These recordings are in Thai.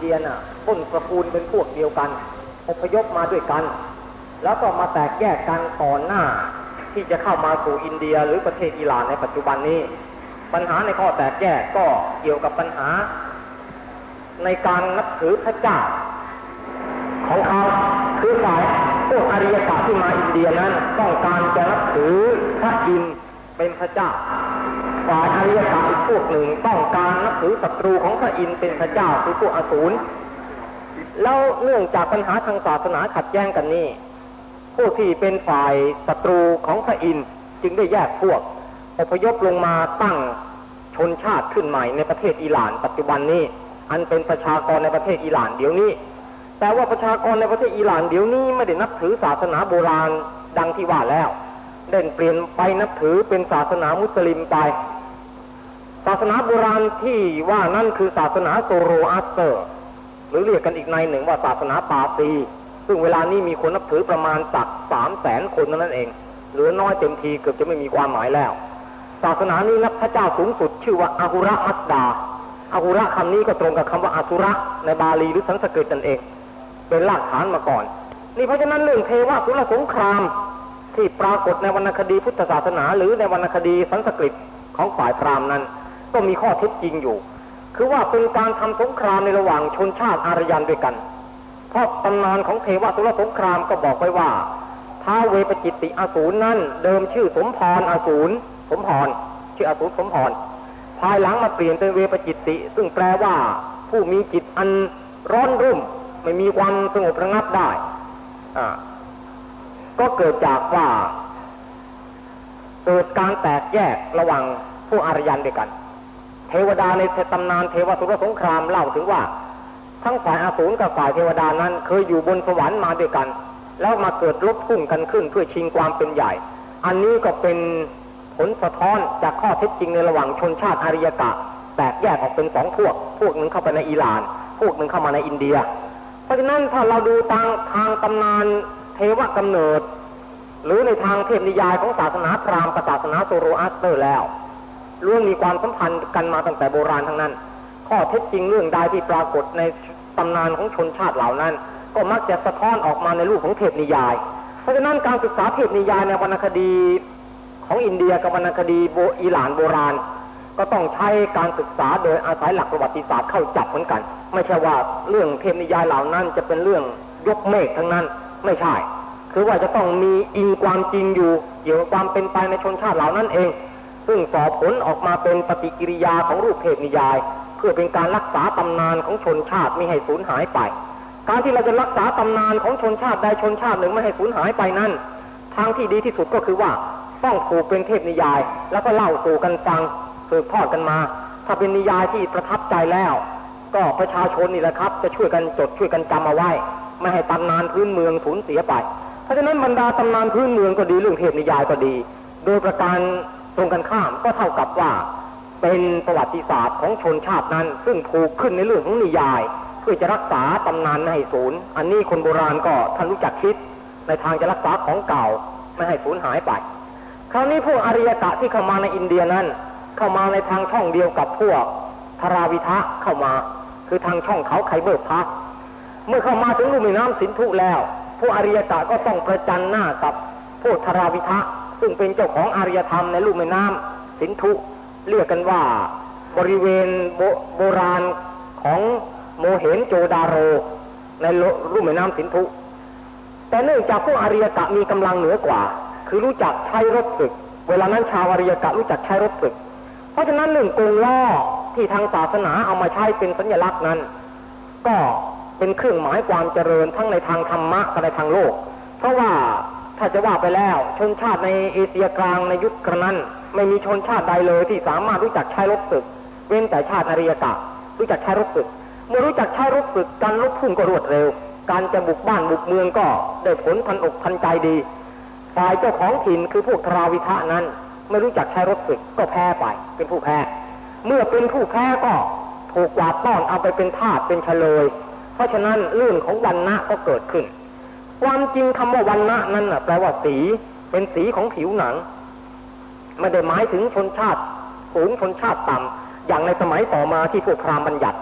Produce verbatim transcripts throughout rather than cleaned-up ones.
เดียน่ะต้นตระกูลเป็นพวกเดียวกันอพยพมาด้วยกันแล้วก็มาแตกแยกกันก่อนหน้าที่จะเข้ามาสู่อินเดียหรือประเทศอิหร่านในปัจจุบันนี้ปัญหาในข้อแตกแยกก็เกี่ยวกับปัญหาในการนับถือพระเจ้าของเขาคือฝ่ายพวกอารยกะที่มาอินเดียนั้นต้องการจะนับถือพระอินทร์เป็นพระเจ้าฝ่ายอารยกะอีกพวกหนึ่งต้องการนับถือศัตรูของพระอินทร์เป็นพระเจ้าคือพวกอสูรแล้วเนื่องจากปัญหาทางศาสนาขัดแย้งกันนี้ผู้ที่เป็นฝ่ายศัตรูของพระอินทร์จึงได้แยกพวกอพยพลงมาตั้งชนชาติขึ้นใหม่ในประเทศอิหร่านปัจจุบันนี้อันเป็นประชากรในประเทศอิหร่านเดี๋ยวนี้แต่ว่าประชากรในประเทศอิหร่านเดี๋ยวนี้ไม่ได้นับถือศาสนาโบราณดังที่ว่าแล้วเด่นเปลี่ยนไปนับถือเป็นศาสนามุสลิมไปศาสนาโบราณที่ว่านั่นคือศาสนาโซโรอัสเตอร์หรือเรียกกันอีกในหนึ่งว่าศาสนาปาร์ซีซึ่งเวลานี้มีคนนับถือประมาณสักสามแสนคนนั่นเองเหลือน้อยเต็มทีเกือบจะไม่มีความหมายแล้วศาสนานี้นับพระเจ้าสูงสุดชื่อว่าอาหุระมัสดาอาหุระคำนี้ก็ตรงกับคำว่าอสุระในบาลีหรือสันสกฤตนั่นเองเป็นรากฐานมาก่อนนี่เพราะฉะนั้นเรื่องเทวสุรสงครามที่ปรากฏในวรรณคดีพุทธศาสนาหรือในวรรณคดีสันสกฤตของฝ่ายพราหมณ์นั้นก็มีข้อเท็จจริงอยู่คือว่าเป็นการทำสงครามในระหว่างชนชาติอารยันด้วยกันเพราะตำนานของเทวสุรสงครามก็บอกไว้ว่าท้าวเวปจิตติอสูรนั้นเดิมชื่อสมพรอสูรสมพรชื่ออสูรสมพรภายหลังมาเปลี่ยนเป็นเวปจิตติซึ่งแปลว่าผู้มีจิตอันร้อนรุ่มไม่มีความสงบระงับได้อ่าก็เกิดจากว่าเกิดการแตกแยกระหว่างผู้อารยันด้วยกันเทวดาในตำนานเทวสุรสงครามเล่าถึงว่าทั้งฝ่ายอสูรกับฝ่ายเทวดานั้นเคยอยู่บนสวรรค์มาด้วยกันแล้วมาเกิดรบพุ่งกันขึ้นเพื่อชิงความเป็นใหญ่อันนี้ก็เป็นผลสะท้อนจากข้อเท็จจริงในระหว่างชนชาติอารยกะแตกแยกออกเป็นสองพวกพวกหนึ่งเข้าไปในอิหร่านพวกหนึ่งเข้ามาในอินเดียเพราะฉะนั้นถ้าเราดูทางทางตำนานเทวกำเนิดหรือในทางเทพนิยายของศาสนาพราหมณ์กับศาสนาโซโรอัสเตอร์แล้วล้วนมีความสัมพันธ์กันมาตั้งแต่โบราณทั้งนั้นข้อเท็จจริงเรื่องใดที่ปรากฏในตำนานของชนชาติเหล่านั้นก็มักจะสะท้อนออกมาในรูปของเทพนิยายเพราะฉะนั้นการศึกษาเทพนิยายในวรรณคดีของอินเดียกับวรรณคดีโบอิหร่านโบราณก็ต้องใช้การศึกษาโดยอาศัยหลักประวัติศาสตร์เข้าจับเหมือนกันไม่ใช่ว่าเรื่องเทพนิยายเหล่านั้นจะเป็นเรื่องยกเมฆทั้งนั้นไม่ใช่คือว่าจะต้องมีอิงความจริงอยู่เกี่ยวกับความเป็นไปในชนชาติเหล่านั้นเองซึ่งสอบผลออกมาเป็นปฏิกิริยาของรูปเทพนิยายเพื่อเป็นการรักษาตำนานของชนชาติไม่ให้สูญหายไปการที่เราจะรักษาตำนานของชนชาติใดชนชาติหนึ่งไม่ให้สูญหายไปนั้นทางที่ดีที่สุดก็คือว่าต้องผูกเป็นเทพนิยายแล้วก็เล่าสู่กันฟังสืบทอดกันมาถ้าเป็นนิยายที่ประทับใจแล้วก็ประชาชนนี่แหละครับจะช่วยกันจดช่วยกันจำเอาไว้ไม่ให้ตำนานพื้นเมืองสูญเสียไปเพราะฉะนั้นบรรดาตำนานพื้นเมืองก็ดีเรื่องเทพนิยายก็ดีโดยประการตรงกันข้ามก็เท่ากับว่าเป็นประวัติศาสตร์ของชนชาตินั้นซึ่งผูกขึ้นในเรื่องของนิยายเพื่อจะรักษาตำนานไม่ให้สูญอันนี้คนโบราณก็ท่านรู้จักคิดในทางจะรักษาของเก่าไม่ให้สูญหายไปคราวนี้พวกอารยกะที่เข้ามาในอินเดียนั้นเข้ามาในทางช่องเดียวกับพวกทราวิทะเข้ามาคือทางช่องเขาไคเบอร์พาสเมื่อเข้ามาถึงลุ่มแม่น้ำสินธุแล้วพวกอารยกะก็ต้องประจันหน้ากับพวกทราวิทะซึ่งเป็นเจ้าของอารยธรรมในลุ่มแม่น้ำสินธุเรียกกันว่าบริเวณ โบ, โบราณของโมเหนโจดาโรในลุ่มแม่น้ำสินธุแต่เนื่องจากพวกอารยกะมีกำลังเหนือกว่าคือรู้จักใช้รบศึกเวลานั้นชาวอารยกะรู้จักใช้รบศึกเพราะฉะนั้นเรื่องกงล้อที่ทางศาสนาเอามาใช้เป็นสัญลักษณ์นั้นก็เป็นเครื่องหมายความเจริญทั้งในทางธรรมะและในทางโลกเพราะว่าถ้าจะว่าไปแล้วชนชาติในเอเชียกลางในยุคกระนั้นไม่มีชนชาติใดเลยที่สามารถรู้จักใช้รบศึกเว้นแต่ชาติอารยกะรู้จักใช้รบศึกเมื่อรู้จักใช้รบศึกการรบพุ่งก็รวดเร็วการจะบุกบ้านบุกเมืองก็ได้ผลทันอกทันใจดีฝ่ายเจ้าของถิ่นคือพวกทราวิทะนั้นไม่รู้จักใช้รบศึกก็แพ้ไปเป็นผู้แพ้เมื่อเป็นผู้แพ้ก็ถูกกวาดต้อนเอาไปเป็นทาสเป็นเฉลยเพราะฉะนั้นเรื่องของวรรณะก็เกิดขึ้นความจริงคำว่าวรรณะนั้นแปลว่าสีเป็นสีของผิวหนังไม่ได้หมายถึงชนชาติสูงชนชาติต่ำอย่างในสมัยต่อมาที่พวกพราหมณ์บัญญัติ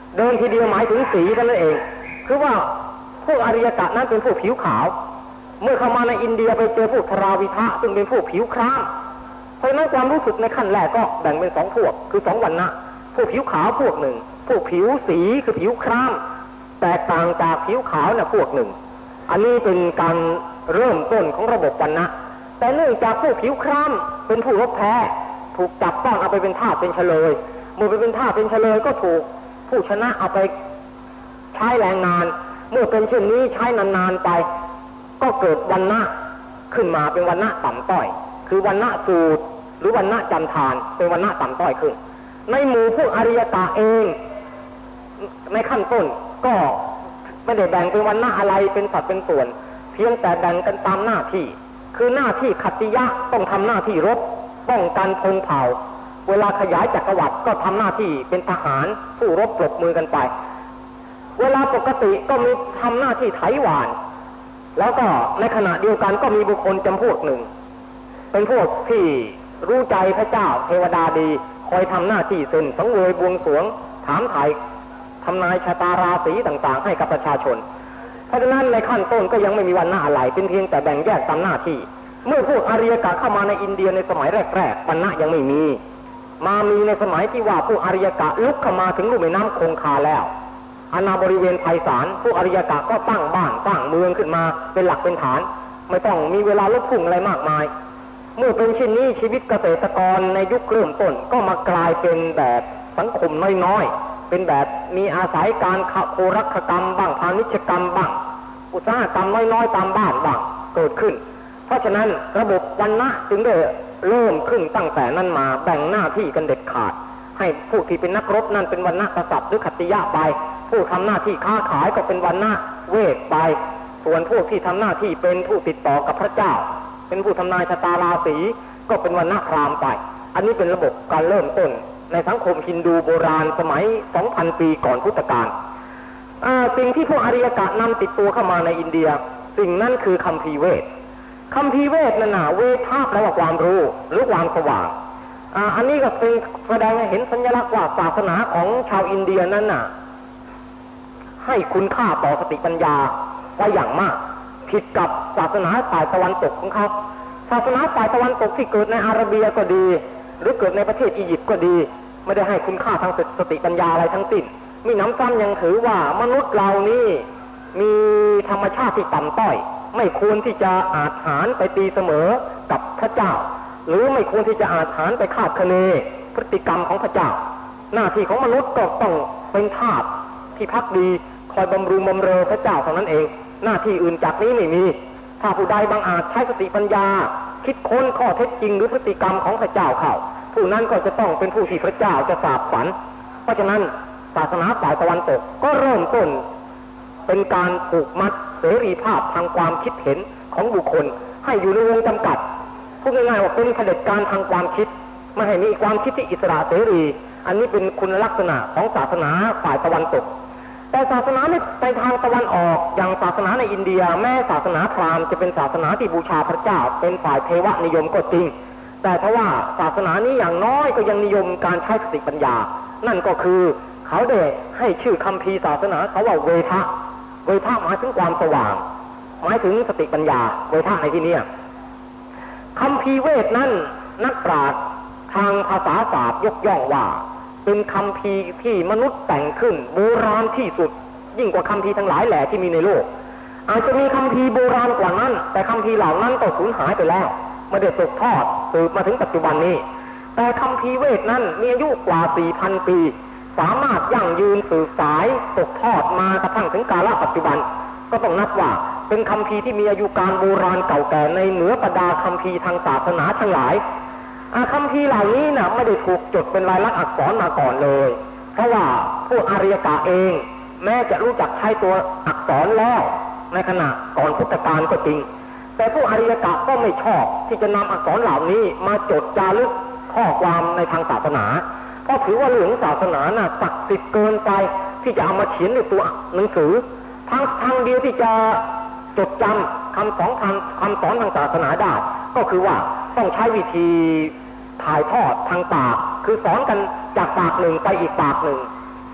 เดิมทีเดียวหมายถึงสีกันนั่นเองคือว่าพวกอาริยกะนั้นเป็นพวกผิวขาวเมื่อเข้ามาในอินเดียไปเจอพวกทราวิทะซึ่งเป็นพวกผิวคล้ำเพราะฉะนั้นความรู้สึกในขั้นแรกก็แบ่งเป็นสองพวกคือสองวรรณะพวกผิวขาวพวกหนึ่งพวกผิวสีคือผิวคล้ำแตกต่างจากผิวขาวน่ะพวกหนึ่งอันนี้เป็นการเริ่มต้นของระบบวรรณะแต่เนื่องจากพวกผิวคล้ำเป็นผู้รบแพ้ถูกจับต้องเอาไปเป็นทาสเป็นเฉลยเมื่อไปเป็นทาสเป็นเฉลยก็ถูกผู้ชนะเอาไปใช้แรงงานเมื่อเป็นเช่นนี้ใช้นานๆไปก็เกิดวรรณะขึ้นมาเป็นวรรณะต่ำต้อยคือวรรณะสูตรหรือวรรณะจำทานเป็นวรรณะต่ำต้อยขึ้นในหมู่พวกอริยกะเองในขั้นต้นก็ไม่ได้แบ่งเป็นวรรณะอะไรเป็นสัดเป็นส่วนเพียงแต่แบ่งกันตามหน้าที่คือหน้าที่ขัตติยะต้องทำหน้าที่รบป้องกันพงเผ่าเวลาขยายจักรวรรดิก็ทำหน้าที่เป็นทหารสู้รบปรบมือกันไปเวลาปกติก็มีทำหน้าที่ไถหวานแล้วก็ในขณะเดียวกันก็มีบุคคลจำพวกหนึ่งเป็นพวกที่รู้ใจพระเจ้าเทวดาดีคอยทำหน้าที่เซ็นสังเวยบวงสรวงถามไถ่ทำนายชะตาราศีต่างๆให้กับประชาชนเพราะฉะนั้นในขั้นต้นก็ยังไม่มีวรรณะอะไรเป็นเพียงแต่แบ่งแยกตามหน้าที่เมื่อพวกอาริยกะเข้ามาในอินเดียในสมัยแรกๆวรรณะยังไม่มีมามีในสมัยที่ว่าพวกอาริยกะลุกเข้ามาถึงลุ่มแม่น้ำคงคาแล้วอาณาบริเวณไพศาลพวกอาริยกะก็ตั้งบ้านตั้งเมืองขึ้นมาเป็นหลักเป็นฐานไม่ต้องมีเวลาลบพุ่งอะไรมากมายเมื่อเป็นเช่นนี้ชีวิตเกษตรกรในยุคเริ่มต้นก็มากลายเป็นแบบสังคมน้อยๆเป็นแบบมีอาศัยการโครักกรรมบ้างพาณิชยกรรมบ้างอุตสาหกรรมน้อยๆตามบ้านบ้างเกิดขึ้นเพราะฉะนั้นระบบวรรณะจึงได้เริ่มขึ้นตั้งแต่นั้นมาแบ่งหน้าที่กันเด็ดขาดให้ผู้ที่เป็นนักรบนั่นเป็นวรรณะกษัตริย์หรือขัตติยะไปผู้ทำหน้าที่ค้าขายก็เป็นวรรณะเวทไปส่วนพวกที่ทำหน้าที่เป็นผู้ติดต่อกับพระเจ้าเป็นผู้ทำนายชะตาราศีก็เป็นวรรณะพราหมณ์ไปอันนี้เป็นระบบการเริ่มต้นในสังคมฮินดูโบราณสมัย สองพัน ปีก่อนพุทธกาลสิ่งที่พวกอาริยกะนำติดตัวเข้ามาในอินเดียสิ่งนั้นคือคัมภีร์เวทคัมภีร์เวทนั่นน่ะเวทาแปลว่าความรู้หรือความสว่างอ่าอันนี้ก็เป็นแสดงให้เห็นสัญลักษณ์ว่าศาสนาของชาวอินเดียนั้นน่ะให้คุณค่าต่อสติปัญญาไว้อย่างมากผิดกับศาสนาฝ่ายตะวันตกของเขาศาสนาฝ่ายตะวันตกที่เกิดในอาระเบียก็ดีหรือเกิดในประเทศอียิปต์ก็ดีไม่ได้ให้คุณค่าทางสติปัญญาอะไรทั้งสิ้นมีน้ำซ้ำยังถือว่ามนุษย์เรานี่มีธรรมชาติที่ต่ำต้อยไม่ควรที่จะอาจหารไปตีเสมอกับพระเจ้าหรือไม่ควรที่จะอาจหารไปคาดคะเนพฤติกรรมของพระเจ้าหน้าที่ของมนุษย์ก็ต้องเป็นทาสที่ภักดีคอยบำรุงบำเรอพระเจ้าเท่านั้นเองหน้าที่อื่นจากนี้ไม่มีถ้าผู้ใดบางอาจใช้สติปัญญาคิดค้นข้อเท็จจริงหรือพฤติกรรมของพระเจ้าเข้าผู้นั้นก็จะต้องเป็นผู้ที่พระเจ้าจะสาบฝันเพราะฉะนั้นศาสนาฝ่ายตะวันตกก็เริ่มต้นเป็นการผูกมัดเสรีภาพทางความคิดเห็นของบุคคลให้อยู่ในวงจำกัดพูดง่ายๆว่าเป็นเผด็จการทางความคิดไม่ให้มีความคิดที่อิสระเสรีอันนี้เป็นคุณลักษณะของศาสนาฝ่ายตะวันตกแต่ศาสนาในทางตะวันออกอย่างศาสนาในอินเดียแม้ศาสนาพราหมณ์จะเป็นศาสนาที่บูชาพระเจ้าเป็นฝ่ายเทวนิยมก็จริงแต่เพราะว่าศาสนานี้อย่างน้อยก็ยังนิยมการใช้สติปัญญานั่นก็คือเขาได้ให้ชื่อคัมภีร์ศาสนาเขาว่าเวทะเวทะหมายถึงความสว่างหมายถึงสติปัญญาเวทะในที่นี้คัมภีร์เวทนั้นนักปราชญ์ทางภาษาศาสตร์ยกย่องว่าเป็นคัมภีร์ที่มนุษย์แต่งขึ้นโบราณที่สุดยิ่งกว่าคัมภีร์ทั้งหลายแหล่ที่มีในโลกอาจจะมีคัมภีร์โบราณกว่านั้นแต่คัมภีร์เหล่านั้นก็สูญหายไปแล้วไม่ได้ตกทอดสืบมาถึงปัจจุบันนี้แต่คัมภีร์เวทนั้นมีอายุกว่า สี่พัน ปีสามารถยั่งยืนสืบสายตกทอดมากระทั่งถึงกาลปัจจุบันก็ต้องนับว่าเป็นคัมภีร์ที่มีอายุการโบราณเก่าแก่ในเหนือบรรดาคัมภีร์ทางศาสนาทั้งหลายคัมภีร์เหล่านี้นะไม่ได้ถูกจดเป็นลายลักษณ์อักษรมาก่อนเลยเพราะว่าพวกอาริยกะเองแม้จะรู้จักใช้ตัวอักษรแล้วในขณะก่อนพุทธกาลก็จริงแต่พวกอาริยกะก็ไม่ชอบที่จะนำอักษรเหล่านี้มาจดจารึกข้อความในทางศาสนาเพราะถือว่าเรื่องศาสนาน่ะศักดิ์สิทธิ์เกินไปที่จะเอามาเขียนในตัวหนังสือทางทางเดียวที่จะจดจำคำสอนทางคำสอนทางศาสนาได้ก็คือว่าต้องใช้วิธีถ่ายทอดทางปากคือสอนกันจากปากหนึ่งไปอีกปากหนึ่ง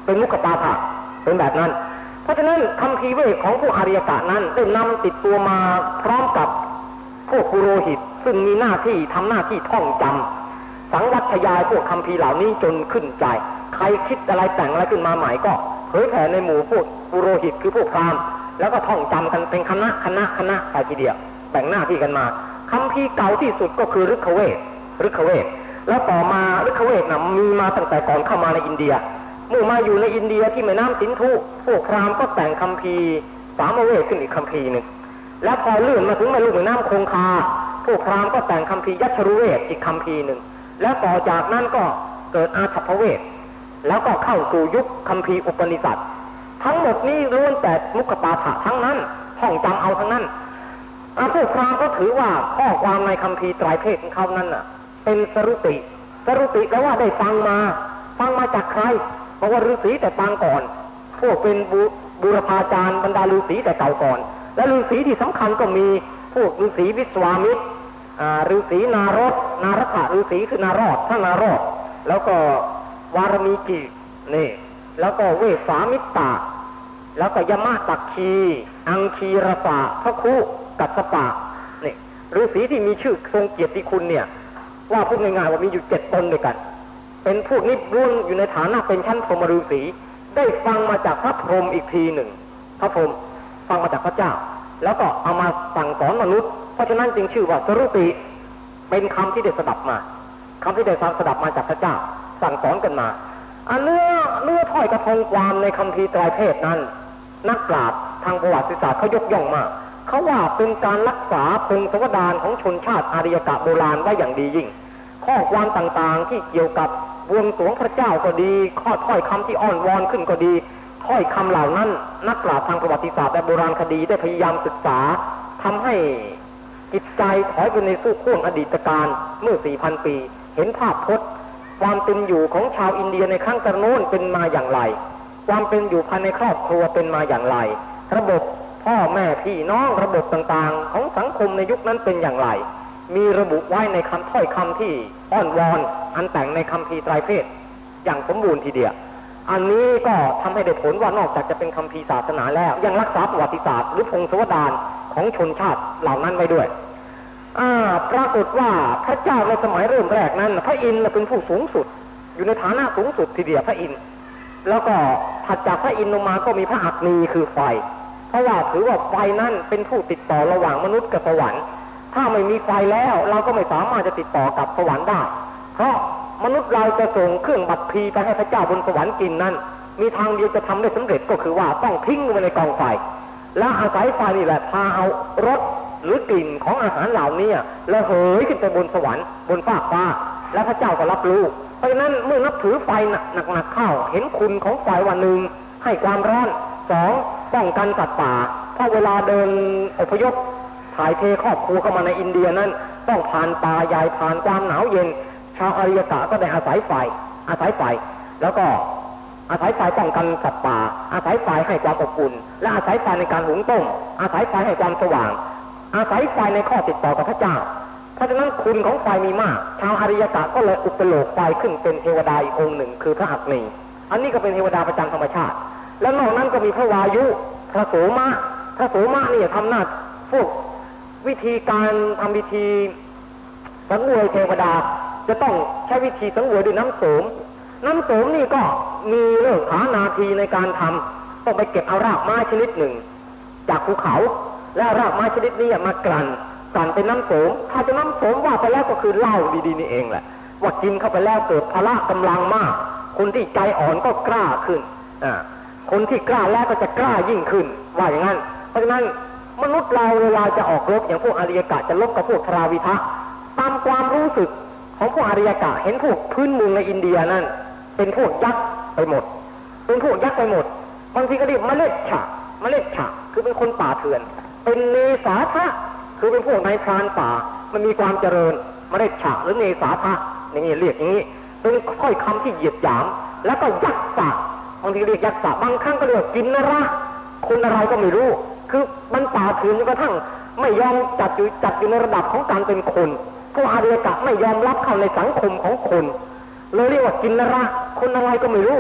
เป็นมุขปาฐะเป็นแบบนั้นเพราะฉะนั้นคัมภีร์เวทของพวกอาริยกะนั้นได้นำติดตัวมาพร้อมกับพวกปุโรหิตซึ่งมีหน้าที่ทำหน้าที่ท่องจำสังวัตยายพวกคัมภีร์เหล่านี้จนขึ้นใจใครคิดอะไรแต่งอะไรขึ้นมาใหม่ก็เผยแผ่ในหมู่พวกปุโรหิตคือพวกพราหมณ์แล้วก็ท่องจำกันเป็นคณะคณะคณะไปทีเดียวแบ่งหน้าที่กันมาคัมภีร์เก่าที่สุดก็คือฤกขเวทฤกขเวทแล้วต่อมาฤกขเวทนะมีมาตั้งแต่ก่อนเข้ามาในอินเดียเมื่อมาอยู่ในอินเดียที่แม่น้ำสินธุพวกพราหมณ์ก็แต่งคัมภีร์สามเวทขึ้นอีกคัมภีร์หนึ่งแล้วพอเลื่อนมาถึงแม่ลูกแม่น้ำคงคาพวกพราหมณ์ก็แต่งคัมภีร์ยัชรุเวทอีกคัมภีร์หนึ่งแล้วต่อจากนั้นก็เกิดอาทัพเวทแล้วก็เข้าสู่ยุคคัมภีร์อุปนิษัททั้งหมดนี้ล้วนแต่มุขปาฐะทั้งนั้นท่องจำเอาทั้งนั้นพวกพราหมณ์ก็ถือว่าข้อความในคัมภีร์ไตรเพศของเขานั้นน่ะเป็นสรุติสรุติแปลว่าได้ฟังมาฟังมาจากใครเพราะว่าฤาษีแต่ฟังก่อนพวกเป็นบูรพาจารย์บรรดาฤาษีแต่เก่าก่อนและฤาษีที่สำคัญก็มีพวกฤาษีวิสวามิตรฤาษีนารถนารถะฤาษีคือนารอดท่านนารอดแล้วก็วารมีกินี่แล้วก็เวสามิตตาแล้วก็ยมะตักคีอังคีรสะพระคุกัสสปะนี่ฤาษีที่มีชื่อทรงเกียรติคุณเนี่ยว่าพูดง่ายๆว่ามีอยู่เจ็ดตนด้วยกันเป็นพวกนี้ล้วนอยู่ในฐานะเป็นชั้นพรหมฤาษีได้ฟังมาจากพระพรหมอีกทีหนึ่งพระพรหมฟังมาจากพระเจ้าแล้วก็เอามาสั่งสอนมนุษย์เพราะฉะนั้นจึงชื่อว่าสรุติเป็นคำที่ได้สดับมาคำที่ได้สดับมาจากพระเจ้าสั่งสอนกันมาอันเนื้อเนื้อถ้อยกระทงความในคัมภีร์ไตรเพศนั้นนักปราชญ์ทางประวัติศาสตร์เขายกย่องมากเขาว่าเป็นการรักษาพงศาวดารของชนชาติอาริยกะโบราณไว้อย่างดียิ่งข้อความต่างๆที่เกี่ยวกับบวงสรวงพระเจ้าก็ดีข้อถ้อยคำที่อ้อนวอนขึ้นก็ดีถ้อยคำเหล่านั้นนักปราชญ์ทางประวัติศาสตร์และโบราณคดีได้พยายามศึกษาทำให้จิตใจถอยไปในสู้ข่วงอดีตการเมื่อ สี่พัน ปีเห็นภาพพจน์ความเป็นอยู่ของชาวอินเดียในครั้งกระโน้นเป็นมาอย่างไรความเป็นอยู่ภายในครอบครัวเป็นมาอย่างไรระบบพ่อแม่พี่น้องระบบต่างๆของสังคมในยุคนั้นเป็นอย่างไรมีระบุไว้ในคำถ้อยคำที่อ้อนวอนอันแต่งในคัมภีร์ไตรเพศอย่างสมบูรณ์ทีเดียวอันนี้ก็ทำให้ได้ผลว่านอกจากจะเป็นคัมภีร์ศาสนาแล้วยังรักษาประวัติศาสตร์หรือพงศาวดารของชนชาติเหล่านั้นไว้ด้วยปรากฏว่าพระเจ้าในสมัยเริ่มแรกนั้นพระอินทร์เป็นผู้สูงสุดอยู่ในฐานะสูงสุดทีเดียวพระอินทร์แล้วก็ถัดจากพระอินทร์ลงมาก็มีพระอัคนีคือไฟเพราะว่าถือว่าไฟนั้นเป็นผู้ติดต่อระหว่างมนุษย์กับสวรรค์ถ้าไม่มีไฟแล้วเราก็ไม่สามารถจะติดต่อกับสวรรค์ได้เพราะมนุษย์เราจะส่งเครื่องบัตรพีไปให้พระเจ้าบนสวรรค์กินนั้นมีทางเดียวจะทำได้สำเร็จก็คือว่าต้องทิ้งไว้ในกองไฟและอาศัยไฟนี่แหละพาเอารสหรือกลิ่นของอาหารเหล่านี้ระเหยขึ้นไปบนสวรรค์บนฟากฟ้าและพระเจ้าก็รับรู้เพราะฉะนั้นเมื่อนับถือไฟหนักๆเข้าเห็นคุณของไฟวันหนึ่งให้ความร้อนสองป้องกันสัตว์ป่าเพราะเวลาเดินอพยพถ่ายเทครอบครัวเข้ามาในอินเดียนั้นต้องผ่านป่าใหญ่ผ่านความหนาวเย็นชาวอาริยกะก็ได้อาศัยไฟอาศัยไฟแล้วก็อาศัยไฟป้องกันสัตว์ป่าอาศัยไฟให้ความอบอุ่นและอาศัยไฟในการหุงต้มอาศัยไฟให้ความสว่างอาศัยไฟในข้อติดต่อกับพระเจ้าเพราะฉะนั้นคุณของไฟมีมากชาวอาริยกะก็เลยอุปโลกไฟขึ้นเป็นเทวดาอีกองค์หนึ่งคือพระอัคนีอันนี้ก็เป็นเทวดาประจำธรรมชาติแล้วนอกนั้นก็มีพระวายุพระโสมะพระโสมะนี่ทำหน้าพวกวิธีการทำพิธีสังเวยเทวดาจะต้องใช้วิธีสังเวยด้วยน้ำโสมน้ำโสมนี่ก็มีเลิกขานาทีในการทำต้องไปเก็บเอารากไม้ชนิดหนึ่งจากภูเขาและรากไม้ชนิดนี้มากลั่นกลั่นเป็นน้ำโสมถ้าจะน้ำโสมว่าไปแล้วก็คือเหล้าดีๆนี่เองแหละว่ากินเข้าไปแล้วเกิดพละกำลังมากคนที่ใจอ่อนก็กล้าขึ้นอ่าคนที่กล้าแล้วก็จะกล้ายิ่งขึ้นว่าอย่างนั้นเพราะฉะนั้นมนุษย์เราเวลาจะออกรบอย่างพวกอาริยกะจะลบกับพวกทราวิทะตามความรู้สึกของพวกอาริยกะเห็นพวกพื้นเมืองในอินเดียนั่นเป็นพวกยักษ์ไปหมดเป็นพวกยักษ์ไปหมดบางทีก็เรียกมะเล็ดฉะมะเล็ดฉะคือเป็นคนป่าเถื่อนเป็นเนสาทะคือเป็นพวกนายพรานป่ามันมีความเจริญมะเล็ดฉะหรือเนสาทะอย่างนี้เรียกอย่างนี้เป็นค่อยคำที่เหยียดหยามแล้วก็ยักษ์สะบางทีเรียกยักษ์สะบางครั้งก็เรียกกินนระคนอะไรก็ไม่รู้คือมันป่าเถื่อนจนกระทั่งไม่ยอมจัดอยู่จัดอยู่ในระดับของการเป็นคนพวกอาริยกะไม่ยอมรับเข้าในสังคมของคนเลยเรียกว่ากินนระคนอะไรก็ไม่รู้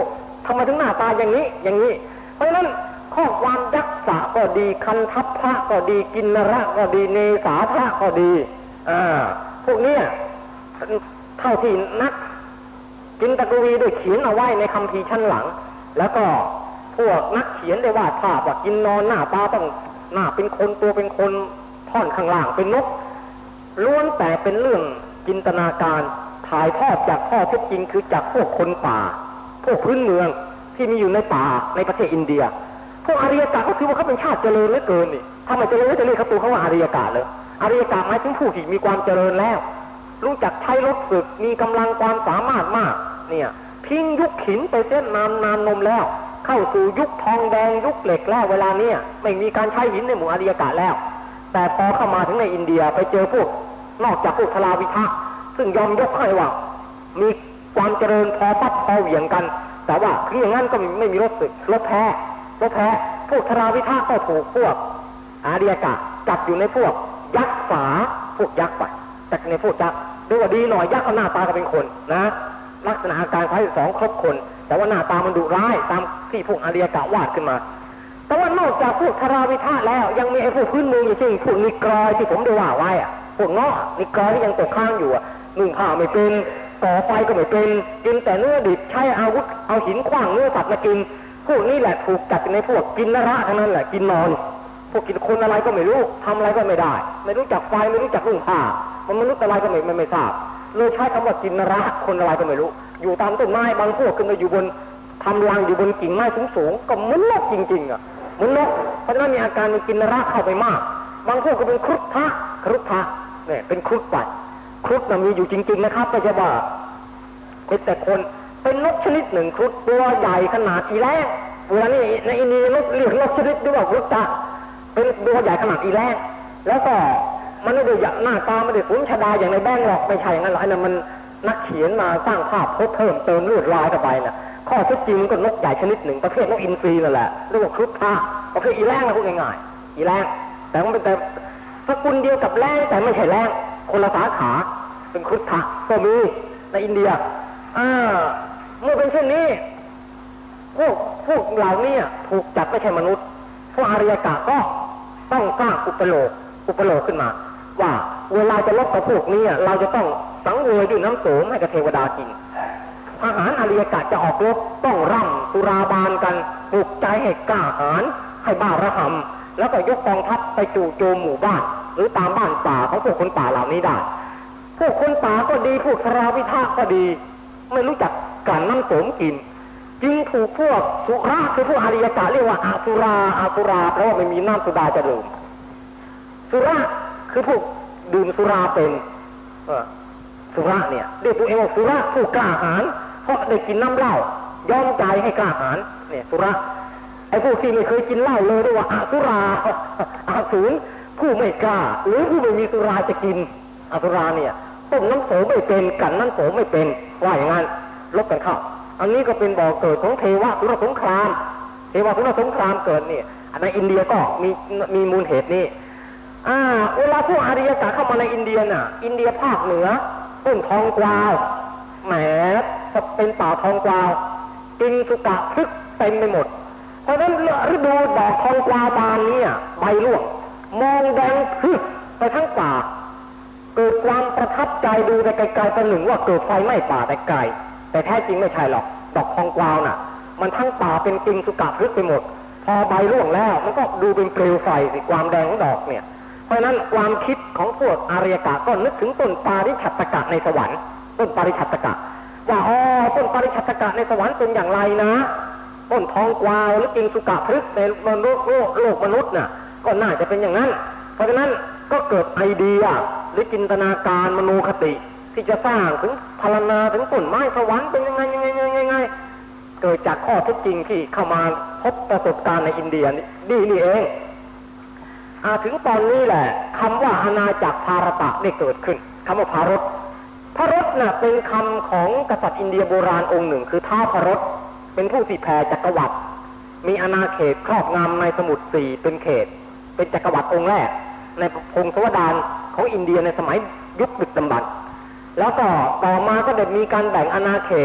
ทำไมถึงหน้าตาอย่างนี้อย่างนี้เพราะฉะนั้นข้อความยักษะก็ดีคันทัพพระก็ดีกินนระก็ดีเนสาพระก็ดีอ่าพวกเนี้ยเท่าที่นักจินตกวีได้เขียนเอาไว้ในคัมภีร์ชั้นหลังแล้วก็พวกนักเขียนได้วาดภาพว่ากินนอนหน้าตาต้องหน้าเป็นคนตัวเป็นคนท่อนข้างล่างเป็นนกล้วนแต่เป็นเรื่องจินตนาการถ่ายทอดจากข้อเท็จจริงคือจากพวกคนป่าพวกพื้นเมืองที่มีอยู่ในป่าในประเทศอินเดียพวกอาริยกะก็คือว่าเขาเป็นชาติเจริญเหลือเกินนี่ถ้าไม่เจริญจะเรียกเขาตัวเขาว่าอาริยกะเลยอาริยกะหมายถึงผู้ที่มีความเจริญแล้วรู้จักใช้รถฝึกมีกำลังความสามารถมากเนี่ยทิ้งยุคหินไปเส้นนานนานนมแล้วเข้าสู่ยุคทองแดงยุคเหล็กแล้วเวลาเนี้ยไม่มีการใช้หินในหมู่อาริยกะแล้วแต่พอเข้ามาถึงในอินเดียไปเจอพวกนอกจากพวกทลาวิทะซึ่งยอมยกให้ว่ามีความเจริญพอฟัดพอเหวี่ยงกันแต่ว่าคืออย่างนั้นก็ไม่มีรถสึกรถแพ้รถแพ้พวกทลาวิทะก็ถูกพวกอาริยกะจัดอยู่ในพวกยักษ์ฝาพวกยักษ์ไปจัดในพวกยักษ์ดูว่าดีหน่อยยักษ์หน้าตาก็เป็นคนนะลักษณะอาการคล้ายสองครบคนแต่ว่าหน้าตามันดุร้ายตามที่พวกอาริยกะวาดขึ้นมาแต่ว่านอกจากพวกทราวิทะแล้วยังมีไอ้พวกพื้นเมืองอยู่จริงพวกนิกรอยที่ผมได้ว่าไว้อะพวกเงาะนิกรอยที่ยังตกค้างอยู่อะนุ่งผ้าไม่เป็นก่อไฟก็ไม่เป็นกินแต่เนื้อดิบใช้อาวุธเอาหินขว้างเนื้อสัตว์มากินพวกนี้แหละถูกจัดในพวกกินนระทั้งนั้นแหละกินนอนพวกกินคนอะไรก็ไม่รู้ทำอะไรก็ไม่ได้ไม่รู้จักไฟไม่รู้จักนุ่งผ้ามันมนุษย์อะไรก็ไม่ไม่ไม่ทราบเลยใช้คำว่ากินนระคนอะไรก็ไม่รู้อยู่ตามต้นไม้บางพวกขึ้นมาอยู่บนทำรังอยู่บนกิ่งไม้สูงๆก็เหมือนนกจริงๆอ่ะเหมือนนกเพราะฉะนั้นมีอาการมันกินนระเข้าไปมากบางพวกก็เป็นครุฑทะครุฑทะเนี่ยเป็นครุฑไปครุฑน่ะมีอยู่จริงๆนะครับไม่ใช่ว่าเป็นแต่คนเป็นนกชนิดหนึ่งครุฑตัวใหญ่ขนาดอีแรงเวลานี้ในอินเดียนกเรียกนกชนิดที่ว่าครุฑทะเป็นตัวใหญ่ขนาดอีแรงแล้วก็มันไม่ได้หน้าตาไม่ได้สูงชะดาอย่างในแบงค์หรอกไม่ใช่อย่างนั้นหรอกไอ้นั่นมันนักเขียนมาสร้างภาพเพิ่มเติมลวดลายเข้าไปน่ะข้อเท็จจริงก็นกใหญ่ชนิดหนึ่งประเภทนกอินทรีนั่นแหละเรียกว่าครุฑทะประเภทอีแรงนะพูดง่ายๆอีแรงแต่มันเป็นแต่สกุลเดียวกับแรงแต่ไม่ใช่แรงคนละสาขาเป็นครุฑทะก็มีในอินเดียอ่าเมื่อเป็นเช่นนี้พวกพวกเหล่านี้ถูกจัดไม่ใช่มนุษย์พวกอาริยกะก็ต้องสร้างอุปโลกอุปโลกขึ้นมาว่าเวลาจะลบกับพวกนี้เราจะต้องสังเวยด้วยน้ำโสมให้กับเทวดากินทหารอาริยกะจะออกรบต้องร่ำสุราบานกันปลุกใจให้กล้าหาญให้บ้าระหำแล้วก็ยกกองทัพไปจู่โจมหมู่บ้านหรือตามบ้านป่าของพวกคนป่าเหล่านี้ได้พวกคนป่าก็ดีพวกทราวิทะก็ดีไม่รู้จักการน้ำโสมกินจึงถูกพวกสุราคือพวกอาริยกะเรียกว่าอาสุราอาสุราเพราะว่าไม่มีน้ำสุราจะดื่มสุราคือพวกดื่มสุราเป็นสุราเนี่ยเรียกตัวเองว่าสุราผู้กล้าหาญเพราะได้กินน้ำเหล้ายอมใจให้กล้าหาญเนี่ยสุราไอ้พวกที่ไม่เคยกินเหล้าเลยเรียกว่าอาสุราอาสูรผู้ไม่กล้าหรือผู้ไม่มีสุราจะกินอาสุราเนี่ยต้มน้ำโสไม่เป็นกันน้ำโสไม่เป็นว่าอย่างนั้นลบกันเข้าอันนี้ก็เป็นบ่อเกิดของเทวสุรสงครามเทวสุรสงครามเกิดเนี่ยในอินเดียก็มีมีมูลเหตุนี้อ่าเวลาพวกอาริยกะเข้ามาในอินเดียน่ะอินเดียภาคเหนือต้นทองกวาวแหมเป็นป่าทองกวาวกินสุกะพฤกษ์เต็มไปหมดเพราะฉะนั้นฤดูดอกทองกวาวบานนี้ใบร่วงมองแดงพึกไปทั้งป่าเกิดความประทับใจดูแต่ไกลๆประหนึ่งว่าเกิดไฟไหม้ป่าแต่ไกลแต่แท้จริงไม่ใช่หรอกดอกทองกวาวน่ะมันทั้งป่าเป็นกินสุกะพฤกษ์ไปหมดพอใบร่วงแล้วมันก็ดูเป็นเปลวไฟสิความแดงของดอกเนี่ยเพราะฉะนั้นความคิดของพวกอาริยกะก็นึกถึงต้นปาริฉัตตกะในสวรรค์ต้นปาริฉัตตกะว่าอ๋อต้นปาริฉัตตกะในสวรรค์เป็นอย่างไรนะต้นทองกวาวหรือกินสุกะพฤกษ์ในโลกโลกมนุษย์น่ะก็น่าจะเป็นอย่างนั้นเพราะฉะนั้นก็เกิดไอเดียหรือจินตนาการมโนคติที่จะสร้างถึงพรรณนาถึงต้นไม้สวรรค์เป็นยังไงยังไงยังไงยังไงเกิดจากข้อเท็จจริงที่เข้ามาพบประสบการณ์ในอินเดียนี่นี่เองถึงตอนนี้แหละคำว่าอาณาจักรภารตะได้เกิดขึ้นคำว่าภารตภารตน่ะเป็นคำของกษัตริย์อินเดียโบราณองค์หนึ่งคือท้าวพารตเป็นผู้ที่แผ่จักรวรรดิมีอาณาเขตครอบงำในสมุทรสี่เป็นเขตเป็นจักรวรรดิองค์แรกในพงศาวดารของอินเดียในสมัยยุคดึกดำบรรพ์แล้วก็ต่อมาก็ได้มีการแบ่งอาณาเขต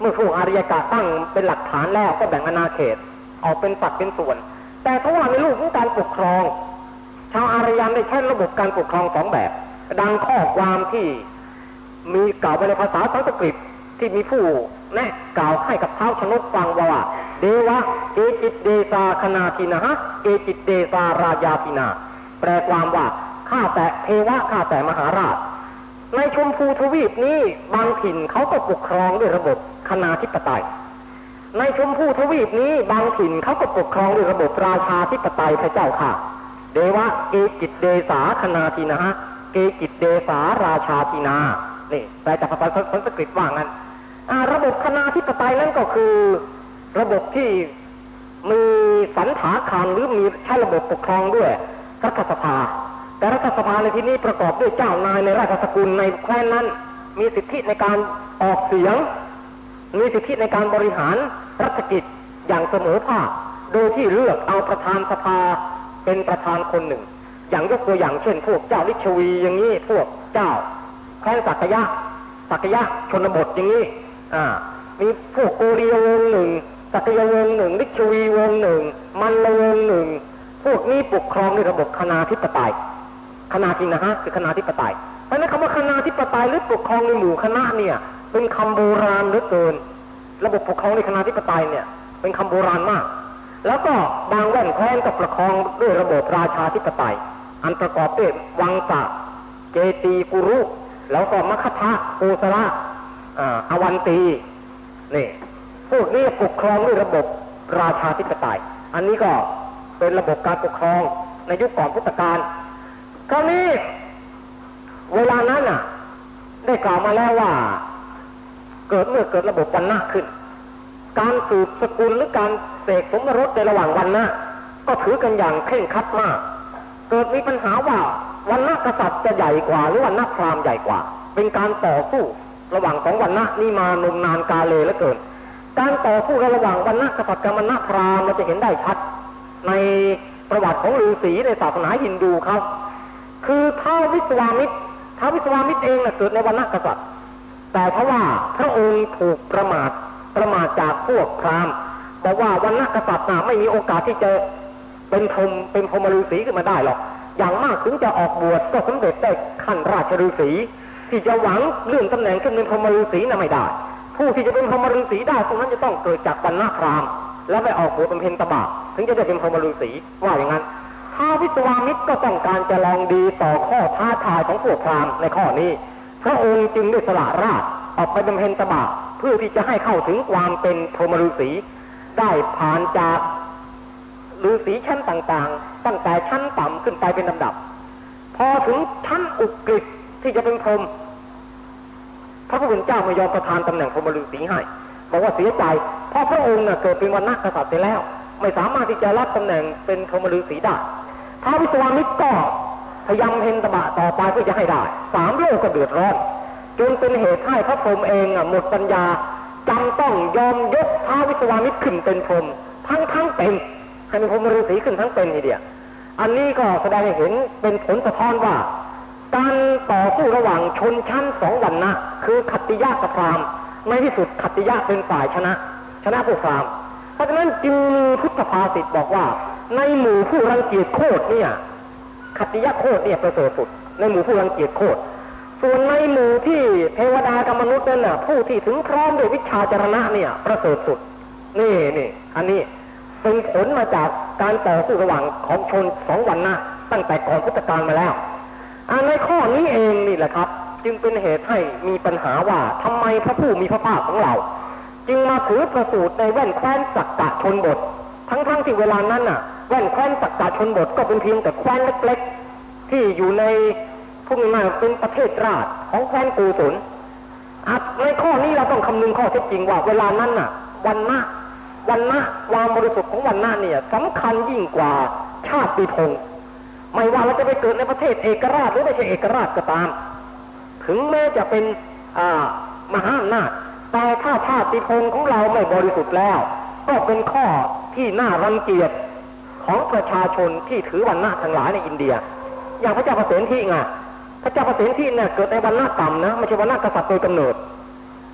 เมื่อพวกอารยกะตั้งเป็นหลักฐานแล้วก็แบ่งอาณาเขตออกเป็นฝักเป็นส่วนแต่ถ้าว่าในรูปของการปกครองชาวอารยันได้ใช้ระบบการปกครองสองแบบดังข้อความที่มีกล่าวไว้ในภาษาสันสกฤตที่มีผู้แนะกล่าวให้กับเท้าชนกฟังว่าเดวะเอจิตเดซาคณาทินะฮะเอจิตเดซาราญาตินาแปลความว่าข้าแต่เทวะข้าแต่มหาราชในชมพูทวีปนี้บางถิ่นเขาก็ปกครองด้วยระบบคณาธิปไตยในชมพูทวีปนี้บางถิ่นเขาก็ปกครองด้วยระบบราชาธิปไตยพระเจ้าค่ะเดวะเอจิตเดสาคณาทินะฮะเอจิตเดสาราชาทินานี่แปลจากภาษาสันสกฤตว่างั้นระบบคณาธิปไตยนั้นก็คือระบบที่มีสันถาคารหรือมีใช้ระบบปกครองด้วยรัฐสภาแต่รัฐสภาในที่นี้ประกอบด้วยเจ้านายในราชสกุลในแคว้นนั้นมีสิทธิในการออกเสียงมีสิทธิในการบริหารรัฐกิจอย่างเสมอภาคโดยที่เลือกเอาประธานสภาเป็นประธานคนหนึ่งอย่างยกตัวอย่างเช่นพวกเจ้าลิชวีอย่างนี้พวกเจ้าแคว้นสักยะสักยะชนบทอย่างนี้อ่ามีพวกโกริยวงศ์หนึ่งสักยวงศ์หนึ่งลิชวีวงศ์หนึ่งมันละวงศ์หนึ่งพวกนี้ปกครองในระบบคณาธิปไตยคณาทินะฮะคือคณาธิปไตยเพราะนั้นคำว่าคณาธิปไตยหรือปกครองในหมู่คณะเนี่ยเป็นคำโบราณเหลือเกินระบบปกครองในคณาธิปไตยเนี่ยเป็นคำโบราณมากแล้วก็บางแว่นแคว้นก็ปกครองด้วยระบบราชาธิปไตยอันประกอบด้วยวังสะเจตีกุรุแล้วก็มคธะโกสละอวันตีนี่พวกนี้ปกครองด้วยระบบราชาธิปไตยอันนี้ก็เป็นระบบการปกครองในยุคก่อนพุทธกาลคราวนี้เวลานั้นน่ะได้กล่าวมาแล้วว่าเกิดเมื่อเกิดระบบวรรณะขึ้นการสืบสกุลหรือการเสกสมรสในระหว่างวรรณะก็ถือกันอย่างเคร่งครัดมากเกิดมีปัญหาว่าวรรณะกษัตริย์จะใหญ่กว่าหรือวรรณะพราหมณ์ใหญ่กว่าเป็นการต่อสู้ระหว่างสองวรรณะนี่มานมนานกาเลเหลือเกินการต่อสู้ระหว่างวรรณะกษัตริย์กับวรรณะพราหมณ์เราจะเห็นได้ชัดในประวัติของฤาษีในศาสนาฮินดูเขาคือท้าววิศวามิตรท้าววิศวามิตรเองนะเกิดในวรรณะกษัตริย์แต่เพราะว่าพระองค์ถูกประมาทประมาทจากพวกพราหมณ์บอกว่าวรรณะกษัตริย์น่ะไม่มีโอกาสที่จะเป็นพรหมเป็นพรหมฤาษีขึ้นมาได้หรอกอย่างมากถึงจะออกบวชก็สำเร็จได้ขั้นราชฤาษีที่จะหวังเลื่อนตำแหน่งขึ้นเป็นพรหมฤาษีน่ะไม่ได้ผู้ที่จะเป็นพรหมฤาษีได้ตรงนั้นจะต้องเกิดจากวรรณะพราหมณ์แล้วไปออกบวชเป็นเพนตบะถึงจะได้เป็นพรหมฤาษีว่าอย่างนั้นท้าววิศวามิตรก็ต้องการจะลองดีต่อข้อท้าทายของพวกพราหมณ์ในข้อนี้พระองค์จึงได้สละราชออกไปบำเพ็ญตบะเพื่อที่จะให้เข้าถึงความเป็นพรหมฤาษีได้ผ่านจากฤาษีชั้นต่างๆตั้งแต่ชั้นต่ำขึ้นไปเป็นลำดับพอถึงชั้นอุกฤษที่จะเป็นพรหมพระผู้เป็นเจ้าไม่ยอมประทานตำแหน่งพรหมฤาษีให้บอกว่าเสียใจเพราะพระองค์เกิดเป็นวรรณะกษัตริย์ไปแล้วไม่สามารถที่จะรับตำแหน่งเป็นพรหมฤาษีได้ท้าววิศวามิตรก็พยายามเพ็ญตบะต่อไปเพื่อจะให้ได้สามโลกก็เดือดร้อนจนเป็นเหตุให้พระพรหมเองหมดปัญญาจำต้องยอมยกท้าววิศวามิตรขึ้นเป็นพรหมทั้งทั้งเป็นให้เป็นพรหมฤาษีขึ้นทั้งเป็นทีเดียวอันนี้ก็แสดงให้เห็นเป็นผลสะท้อนว่าการต่อสู้ระหว่างชนชั้นสองวรรณะคือขัตติยะกับพราหมณ์ในที่สุดขัตติยะเป็นฝ่ายชนะชนะพวกพราหมณ์เพราะฉะนั้นจึงมีพุทธภาษิตบอกว่าในหมู่ผู้รังเกียจโคตรเนี่ยขัตติยะโคตรเนี่ยประเสริฐสุดในหมู่ผู้รังเกียจโคตรส่วนในหมู่ที่เทวดากับมนุษย์นั่นน่ะผู้ที่ถึงพร้อมด้วยวิชาจรณะเนี่ยประเสริฐสุดนี่นี่อันนี้เป็นผลมาจากการต่อสู้ระหว่างของชนสองวรรณะตั้งแต่ก่อนพุทธกาลมาแล้วในข้อนี้เองนี่แหละครับจึงเป็นเหตุให้มีปัญหาว่าทำไมพระผู้มีพระภาคของเราจึงมาถือประสูติในแว่นแคว้นสักกะชนบททั้งๆ ท, ที่เวลานั้นน่ะแว่นแคว้นสักกะชนบทก็เป็นเพียงแต่แคว้นเล็กๆที่อยู่ในพวกนี้มาเป็นประเทศราชของแคว้นโกศลในข้อนี้เราต้องคำนึงข้อเท็จจริงว่าเวลานั้นน่ะวรรณะวรรณะความบริสุทธิ์ของวรรณะเนี่ยสำคัญยิ่งกว่าชาติพงศ์ไม่ว่าเราจะไปเกิดในประเทศเอกราชหรือไม่ใช่เอกราชก็ตามถึงแม้จะเป็นมหาอำนาจแต่ถ้าชาติพงศ์ของเราไม่บริสุทธิ์แล้วก็เป็นข้อที่น่ารังเกียจของประชาชนที่ถือวรรณะทั้งหลายในอินเดียอย่างพระเจ้าประเสนที่ไงพระเจ้าประเสนที่เนี่ยเกิดในวรรณะต่ำนะไม่ใช่วรรณะกษัตริย์โดยกำเนิด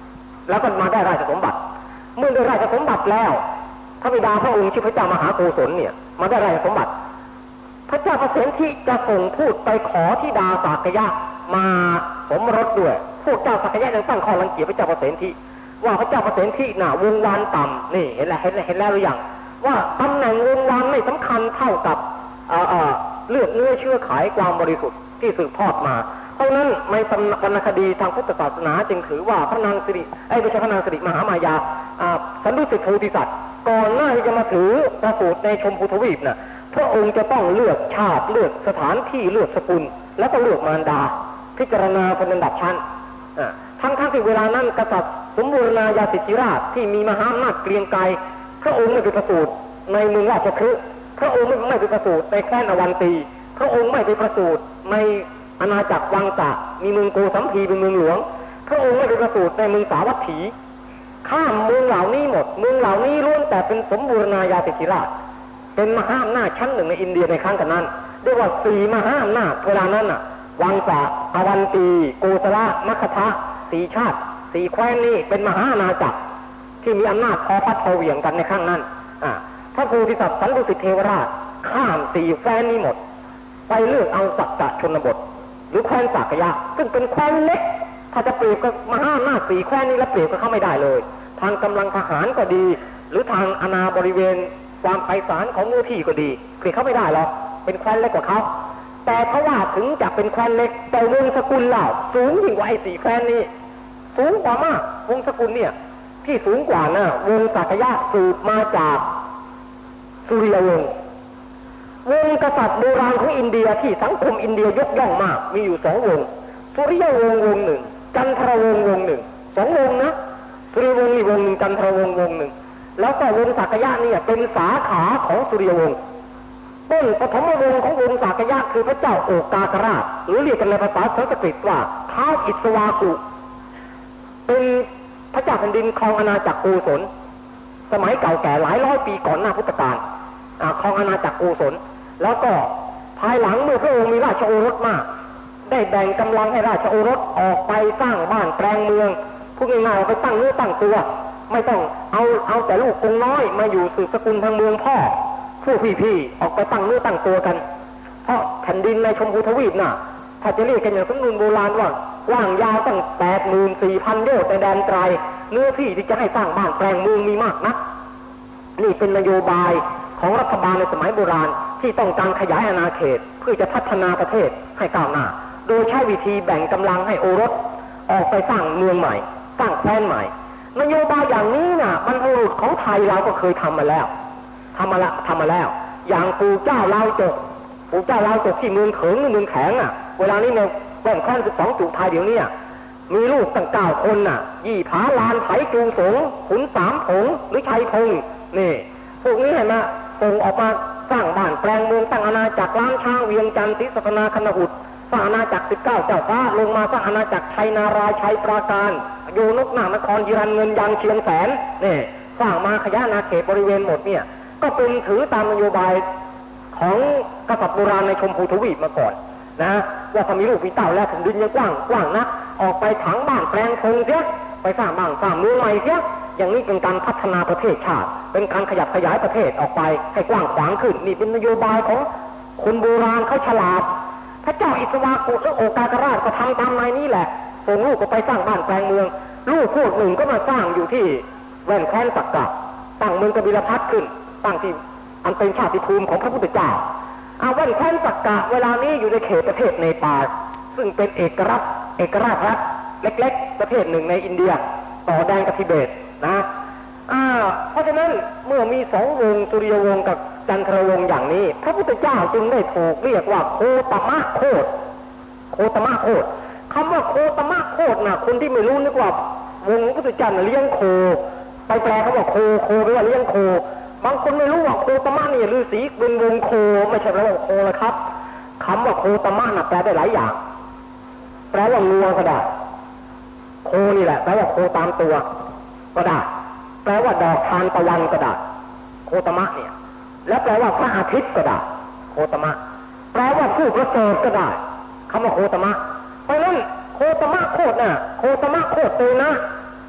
แล้วก็มาได้ราชสมบัติเมื่อได้ราชสมบัติแล้วพระบิดาพระองค์ชื่อพระเจ้ามหาโกศลเนี่ยมาได้ราชสมบัติพระเจ้าประเสนที่จะส่งพูดไปขอธิดาสากยะมาสมรสด้วยพวกเจ้าสากยะยังตั้งข้อรังเกียจพระเจ้าประเสนที่ว่าพระเจ้าประเสนที่น่ะวงวานต่ำนี่เห็นแล้วเห็นแล้วเห็นแล้วหรือยังว่าตำแหน่งวงวานไม่สำคัญเท่ากับเลือดเนื้อเชื้อไขความบริสุทธิ์ที่สืบทอดมาเพราะนั้นในวรรณคดีทางพุทธศาสนาจึงถือว่าพระนางสิริไอ้ไม่ใช่พระนางสิริมหามายาสันดุสิตโพธิสัตว์ก่อนหน้าที่จะมาถือประสูติในชมพูทวีปน่ะพระองค์จะต้องเลือกชาติเลือกสถานที่เลือกสกุลแล้วก็เลือกมารดาพิจารณาเป็นระดับชั้นทั้งทั้งที่เวลานั้นกษัตริย์สมบูรณาญาสิทธิราชที่มีมหาอำนาจเกรียงไกรพระองค์ไม่ไปประสูติในเมืองราชคฤห์พระองค์ไม่ไม่ไปประสูติในแคว้นอวันตีพระองค์ไม่ไปประสูติในอาณาจักรวังตะมีเมืองโกสัมพีเป็นเมืองหลวงพระองค์ไม่ไปประสูติในเมืองสาวัตถีข้ามเมืองเหล่านี้หมดเมืองเหล่านี้ล้วนแต่เป็นสมบูรณาญาสิทธิราชเป็นมหาอำนาจชั้นหนึ่งในอินเดียในครั้งกันนั้นเรียกว่าสี่มหาอำนาจเวลานั้นน่ะวังตะอวันตีโกสละมัคคะสี่ชาติสี่แคว้นนี้เป็นมหาอาณาจักรที่มีอำนาจพอพัดพอเหวี่ยงกันในครั้งนั้นอ่าพระโพธิสัตว์สันดุสิตเทวราชข้ามสี่แคว้นนี้หมดไปเลือกเอาสักกะชนบทหรือแคว้นสากยะซึ่งเป็นแคว้นเล็กถ้าจะเปรียบกับมหาอำนาจสี่แคว้นนี้แล้วเปรียบกับเขาไม่ได้เลยทางกำลังทหารก็ดีหรือทางอาณาบริเวณความไพศาลของเนื้อที่ก็ดีเปรียบเขาไม่ได้หรอกเป็นแคว้นเล็กกว่าเขาแต่เพราะว่าถึงจะเป็นแคว้นเล็กแต่วงสกุลเหล่าสูงยิ่งกว่าไอ้สี่แคว้นนี้สูงกว่ามากวงสกุลเนี่ยที่สูงกว่าน่ะวงสากยะสืบมาจากสุริยวงศ์วงกษัตริย์โบราณของอินเดียที่สังคมอินเดียยกย่องมากมีอยู่สองวงสุริยวงศ์วงหนึ่งจันทรวงศ์วงหนึ่งสองวงนะสุริยวงศ์นี่วงหนึ่งจันทรวงศ์วงหนึ่งแล้วก็วงสากยะเนี่ยเป็นสาขาของสุริยวงศ์ต้นปฐมวงศ์ของวงสากยะคือพระเจ้าโอกากราชหรือเรียกกันในภาษาสันสกฤตว่าท้าวอิศวากุเป็นพระเจ้าแผ่นดินครองอาณาจักรโกศลสมัยเก่าแก่หลายร้อยปีก่อนหน้าพุทธกาลครองอาณาจักรโกศลแล้วก็ภายหลังเมื่อพระองค์มีราชโอรสมากได้แบ่งกำลังให้ราชโอรสออกไปสร้างบ้านแปลงเมืองพูดง่ายๆไปตั้งเนื้อตั้งตัวไม่ต้องเอาเอาแต่ลูกกงน้อยมาอยู่สืบสกุลทางเมืองพ่อผู้พี่ๆออกไปตั้งเนื้อตั้งตัวกันเพราะแผ่นดินในชมพูทวีปน่ะถ้าจะเรียกกันอย่างสมนุนโบราณว่ากว้างยาวตั้งแปดหมื่นสี่พันโยชน์ในแดนไตรเนื้อที่ที่จะให้สร้างบ้านแปลงเมืองมีมากนักนี่เป็นนโยบายของรัฐบาลในสมัยโบราณที่ต้องการขยายอาณาเขตเพื่อจะพัฒนาประเทศให้ก้าวหน้าโดยใช้วิธีแบ่งกำลังให้โอรสออกไปสร้างเมืองใหม่สร้างแคว้นใหม่นโยบายอย่างนี้น่ะบรรพบุรุษของไทยเราก็เคยทำมาแล้วทำมาละทำมาแล้วอย่างปู่เจ้าลาวจกปู่เจ้าลาวจกที่เมืองเขิงเมืองแข็งอ่ะเวลานี้ในแว่นแคว้นสิบสองจุดไทยเดี๋ยวนี้มีลูกตั้งเก้าคนน่ะยี่ผาลานไถจูงสงขุนสามผงหรือชัยพงนี่พวกนี้เห็นไหมส่งออกมาสร้างบ้านแปลงเมืองตั้งอาณาจักรล้านช้างเวียงจันทร์ศรีสัตนาคณหุตสร้างอาณาจักรสิบเก้าเจ้าฟ้าลงมาสร้างอาณาจักรชัยนารายชัยปราการโยนกนานครยิรันเงินยางเชียงแสนนี่สร้างมาขยายอาณาเขตบริเวณหมดเนี่ยก็เป็นถือตามนโยบายของกษัตริย์โบราณในชมพูทวีปมาก่อนนะว่าถ้ามีลูกมีเต้าแล้วถึงดินยังกว้างกว้างนะออกไปถังบ้านแปลงพงเสียไปสร้างบ้านสร้างเมืองใหม่เสียอย่างนี้เป็นการพัฒนาประเทศชาติเป็นการขยับขยายประเทศออกไปให้กว้างขวางขึ้นนี่เป็นนโยบายของคนโบราณเขาฉลาดพระเจ้าอิศวากุและโอกากราชก็ทำตามนายนี้แหละส่งลูกก็ไปสร้างบ้านแปลงเมืองลูกพวกหนึ่งก็มาสร้างอยู่ที่แว่นแคว้นสักกะตั้งเมืองกบิลพัทขึ้นตั้งที่อันเป็นชาติภูมิของพระพุทธเจ้าอาแว่นแคว้นสักกะเวลานี้อยู่ในเขตประเทศเนปาลซึ่งเป็นเอกรัฐเอกราชรัฐเล็กๆประเทศหนึ่งในอินเดียต่อแดนกับทิเบตนะอ่าเพราะฉะนั้นเมื่อมีสองวงสุริยวงศ์กับจันทรวงศ์อย่างนี้พระพุทธเจ้าจึงได้ถูกเรียกว่าโคตมะโคตโคตมะโคตคำว่าโคตมะโคตนะคนที่ไม่รู้นึกว่าวงพระพุทธเจ้าเลี้ยงโคไปแปลคำว่าโคโคแปลว่าเลี้ยงโคบางคนไม่รู้ว่าโคตมะนี่ฤาษีเป็นวงโคไม่ใช่แปลว่าโคเลยครับคำว่าโคตมะน่ะแปลได้หลายอย่างแปลว่างัวก็ได้โคนี่แหละแปลว่าโคตามตัวก็ได้แปลว่าดอกทานตะวันก็ได้โคตมะเนี่ยแล้วแปลว่าพระอาทิตย์ก็ได้โคตมะแปลว่าผู้ประเสริฐก็ได้คำว่าโคตมะเพราะฉะนั้นโคตมะโคตรน่ะโคตมะโคตรเตนะ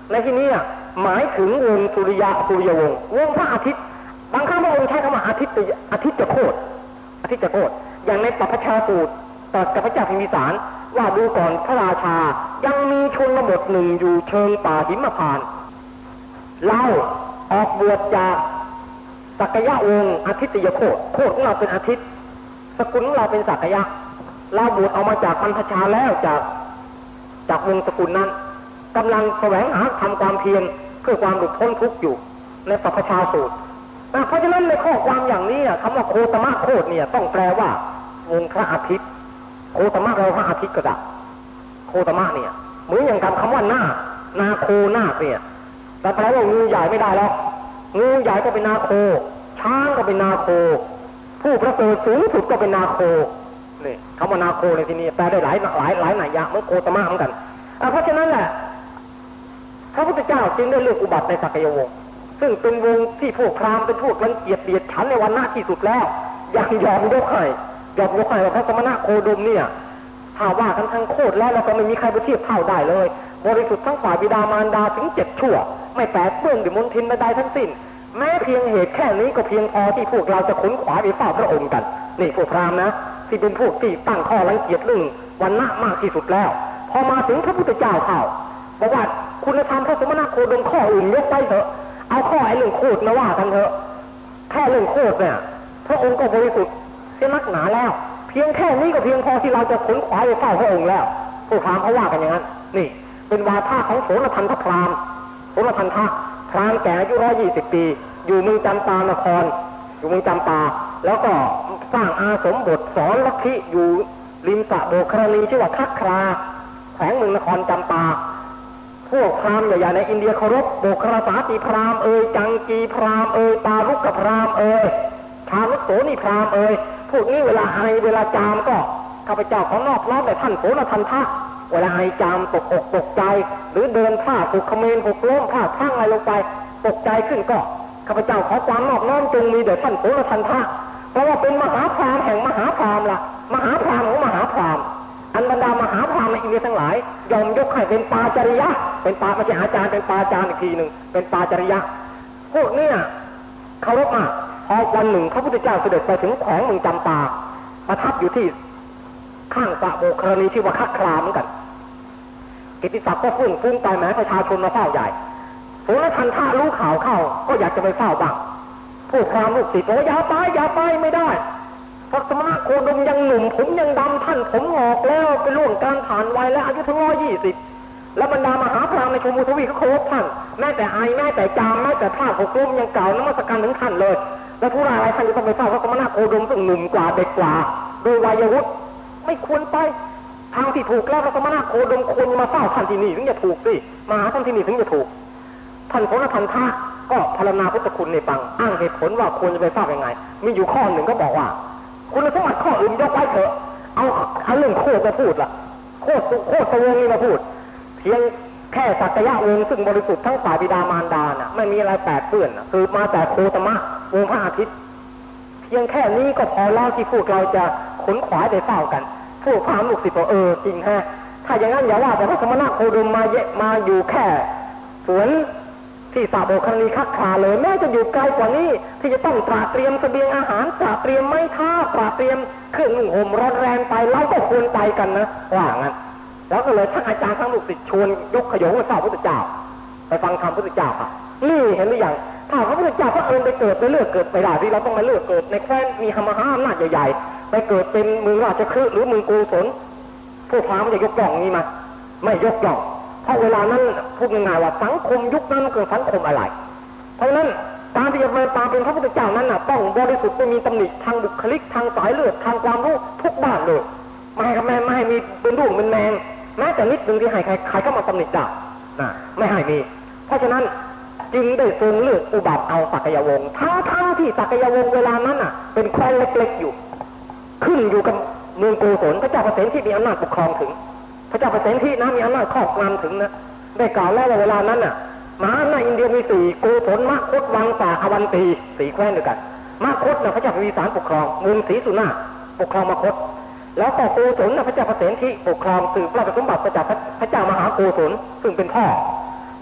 ในที่นี้หมายถึงวงสุริยะสุริยวงศ์วงพระอาทิตย์บางครั้งพระองค์ใช้คำว่าอาทิตย์อาทิตย์จะโคตรอาทิตย์จะโคตรอย่างในปัพพชาสูตรตัดกับพระเจ้าพิมพิสารว่าดูก่อนพระราชายังมีชนบทหนึ่งอยู่เชิงป่าหิมพานต์เราออกบวชจากสักยะวงศ์อาทิตยโคตรโคตรของเราเป็นอาทิตย์สกุลของเราเป็นสักยะเราบวชเอามาจากปัพพชาแล้วจากจากวงสกุลนั้นกำลังแสวงหาทำความเพียรเพื่อความหลุดพ้นทุกข์อยู่ในปัพพชาสูตรเพราะฉะนั้นในข้อความอย่างนี้คำว่าโคตมะโคตเนี่ยต้องแปลว่าวงพระอาทิตย์โคตมะเราพระอาทิตย์ก็ได้โคตมะเนี่ยเหมือนอย่างคำคำว่าหน้านาโคนาเนี่ยแต่แปลว่างูใหญ่ไม่ได้หรอกงูใหญ่ก็เป็นนาโคช้างก็เป็นนาโคผู้ประเสริฐสูงสุดก็เป็นนาโคนี่คำว่านาโคในที่นี้แปลได้หลายหลายหลายนัยยะเหมือนโคตมะเหมือนกันเพราะฉะนั้นแหละพระพุทธเจ้าจึงได้เลือกอุบัติในสักยวงศ์ซึ่งเป็นวงที่พวกพราหมณ์เป็นพวกรังเกียจเบียดฉันในวันหน้าที่สุดแล้วยังยอมยกให้ยอมยกให้ว่าพระสมณะโคดมเนี่ยถ้าว่ากันทั้งโคตรแล้วเราก็ไม่มีใครไปเทียบเท่าได้เลยบริสุทธิ์ทั้งฝ่ายบิดามารดาถึงเจ็ดชั่วไม่แปดเปื้อนด้วยมลทินใดทั้งสิ้นแม้เพียงเหตุแค่นี้ก็เพียงพอที่พวกเราจะขนขวายไปเฝ้าพระองค์กันนี่พวกพราหมณ์นะที่เป็นพวกที่ตั้งข้อรังเกียจเรื่องวันหน้ามากที่สุดแล้วพอมาถึงพระพุทธเจ้าเข้าบอกว่าคุณธรรมพระสมณะโคดมข้ออื่นยกไปเถอะเอาข้อไอ้เรื่องโคตรมาว่ากันเถอะแค่เรื่องโคตรเนี่ยพระองค์ก็บริสุทธิ์เสียนักหนาแล้วเพียงแค่นี้ก็เพียงพอที่เราจะขนขวายไปเฝ้าพระองค์แล้วผู้พราหมณ์เขาว่ากันอย่างนั้นนี่เป็นวาทะของโสนทันทพราหมณ์โสนทันทะพราหมณ์แก่อายุร้อยยี่สิบปีอยู่เมืองจำปานครอยู่เมืองจำปาแล้วก็สร้างอาสมบทสอนลัทธิอยู่ริมสระโบกครณีชื่อว่าคัคคราแขวงเมืองนครจำปาพวกพราหมณ์ใหญ่ๆในอินเดียเคารพโบกคราสาติพราหมณ์เอ่ยจังกีพราหมณ์เอ่ยปารุกพราหมณ์เอ่ยชาลุโสนีพราหมณ์เอ่ยพวกนี้เวลาไอเวลาจามก็ข้าพเจ้าของนอบน้อมแต่ท่านโสนทันทะเวลาไอจามตกอกตกใจหรือเดินผ้าถูกเขมรถูกล้มผ้าทั้งอะไรลงไปตกใจขึ้นก็ข้าพเจ้าขอความนอบน้อมจงมีแด่ท่านโสนทันทะเพราะว่าเป็นมหาพราหมณ์แห่งมหาพราหมณ์ล่ะมหาพราหมณ์ของมหาพราหมณ์อันบรรดามหาพราหมณ์ในอินเดียทั้งหลายยอมยกให้เป็นปาจริยะเป็นปาไม่ใช่อาจารย์เป็นปาจารย์อีกทีหนึ่งเป็นปาจริยะพวกเนี้ยเคารพมากพอวันหนึ่งพระพุทธเจ้าเสด็จไปถึงแขวงเมืองจำปาประทับอยู่ที่ข้างสระโบกครณีชื่อว่าคัคคราเหมือนกันกิตติศักดิ์ก็ฟุ้งฟุ้งไปแม้ประชาชนมาเฝ้าใหญ่โสนทันทะรู้ข่าวเข้าก็อยากจะไปเฝ้าบ้างผู้พราหมณ์ลูกศิษย์บอกอย่าไปอย่าไปไม่ได้พระสมณะโคดมยังหนุ่มผมยังดำท่านผมงอกแล้วเป็นล่วงการผ่านวัยแล้วอายุถึงร้อยยี่สิบแล้วบรรดามหาพราหมณ์ในชมพูทวีก็เคารพท่านแม้แต่ไอแม้แต่จามแม้แต่ผ้าหกล้มยังเก่านมัสการถึงท่านเลยแล้วผู้ร้ายท่านจะต้องไปเฝ้าพระสมณะโคดมซึ่งหนุ่มกว่าเด็กกว่าโดยวัยวุฒิไม่ควรไปทางที่ถูกแล้วพระสมณะโคดมควรมาเฝ้าท่านที่นี่ถึงจะถูกสิมาหาท่านที่นี่ถึงจะถูกท่านโสนทันทะก็พรรณนาพุทธคุณในฟังอ้างเหตุผลว่าควรจะไปเฝ้ายังไงมีอยู่ข้อหนึ่งก็บอกว่าคุณสมบัติข้ออื่นยกไว้เถอะเอาเอาเรื่องโคตรมาพูดละโคตรโคตรวงนี่มาพูดเพียงแค่สักยะวงซึ่งบริสุทธิ์ทั้งฝ่ายบิดามารดาน่ะไม่มีอะไรแปดเปื้อนคือมาแต่โคตมะวงพระอาทิตย์เพียงแค่นี้ก็พอแล้วที่พวกเราจะขนขวายไปเฝ้ากันพวกพราหมณ์ลูกศิษย์บอกเออจริงฮะถ้าอย่างนั้นอย่าว่าแต่พระสมณะโคดมมาเยะมาอยู่แค่สวนที่สระโบกครณีคัคคาเลยแม้จะอยู่ไกลกว่านี้ที่จะต้องตระเตรียมเสบียงอาหารตระเตรียมไม้ท่าตระเตรียมเครื่องนุ่งห่มร้อนแรงไปเราก็ควรไปกันนะว่างั้นแล้วก็เลยทั้งอาจารย์ทั้งลูกศิษย์ชวนยกขยงไปเฝ้าพระพุทธเจ้าไปฟังธรรมพระพุทธเจ้าค่ะนี่เห็นหรือยังถ้าพระพุทธเจ้าพระเอิญไปเกิดไปเลือกเกิดไปได้ที่เราต้องมาเลือกเกิดในแคว้นมีมหาอำนาจใหญ่ๆไปเกิดเป็นเมืองราชคฤห์หรือเมืองโกศลผู้พราหมณ์จะยกย่องนี้มาไม่ยกย่องเพราะเวลานั้นพูดง่ายๆว่าสังคมยุคนั้นเกิดสังคมอะไรเพราะนั้นการที่จะมาตามเป็นพระพุทธเจ้านั้นน่ะต้องบริสุทธิ์ไม่มีตำหนิทางบุคลิกทางสายเลือดทางความรู้ทุกด้านเลยไม่ให้แม่ไม่ให้มีเป็นร่วงเป็นแมงแม้แต่นิดนึงที่ให้ใครใครเข้ามาตำหนิได้นะไม่ให้มีเพราะฉะนั้นจึงได้ทรงเลือกอุบัติเอาสักยวงศ์ทั้งทั้งที่สักยวงศ์เวลานั้นน่ะเป็นแคว้นเล็กๆอยู่ขึ้นอยู่กับเมืองโกศลพระเจ้าประเสนที่มีอำนาจปกครองถึงพระเจ้าประเสนที่นะมีอำนาจครอบงำถึงนะได้กล่าวแล้วว่าเวลานั้นน่ะมหาอำนาจอินเดียมีสี่โกศลมคธวังสาอวันตีสี่แคว้นด้วยกันมคธนะพระเจ้าพิมพิสารปกครองเมืองศรีสุนาปกครองมคธแล้วก็โกศลนะพระเจ้าประเสนที่ปกครองสืบราชสมบัติพระเจ้าพระเจ้ามหาโกศลซึ่งเป็นพ่อ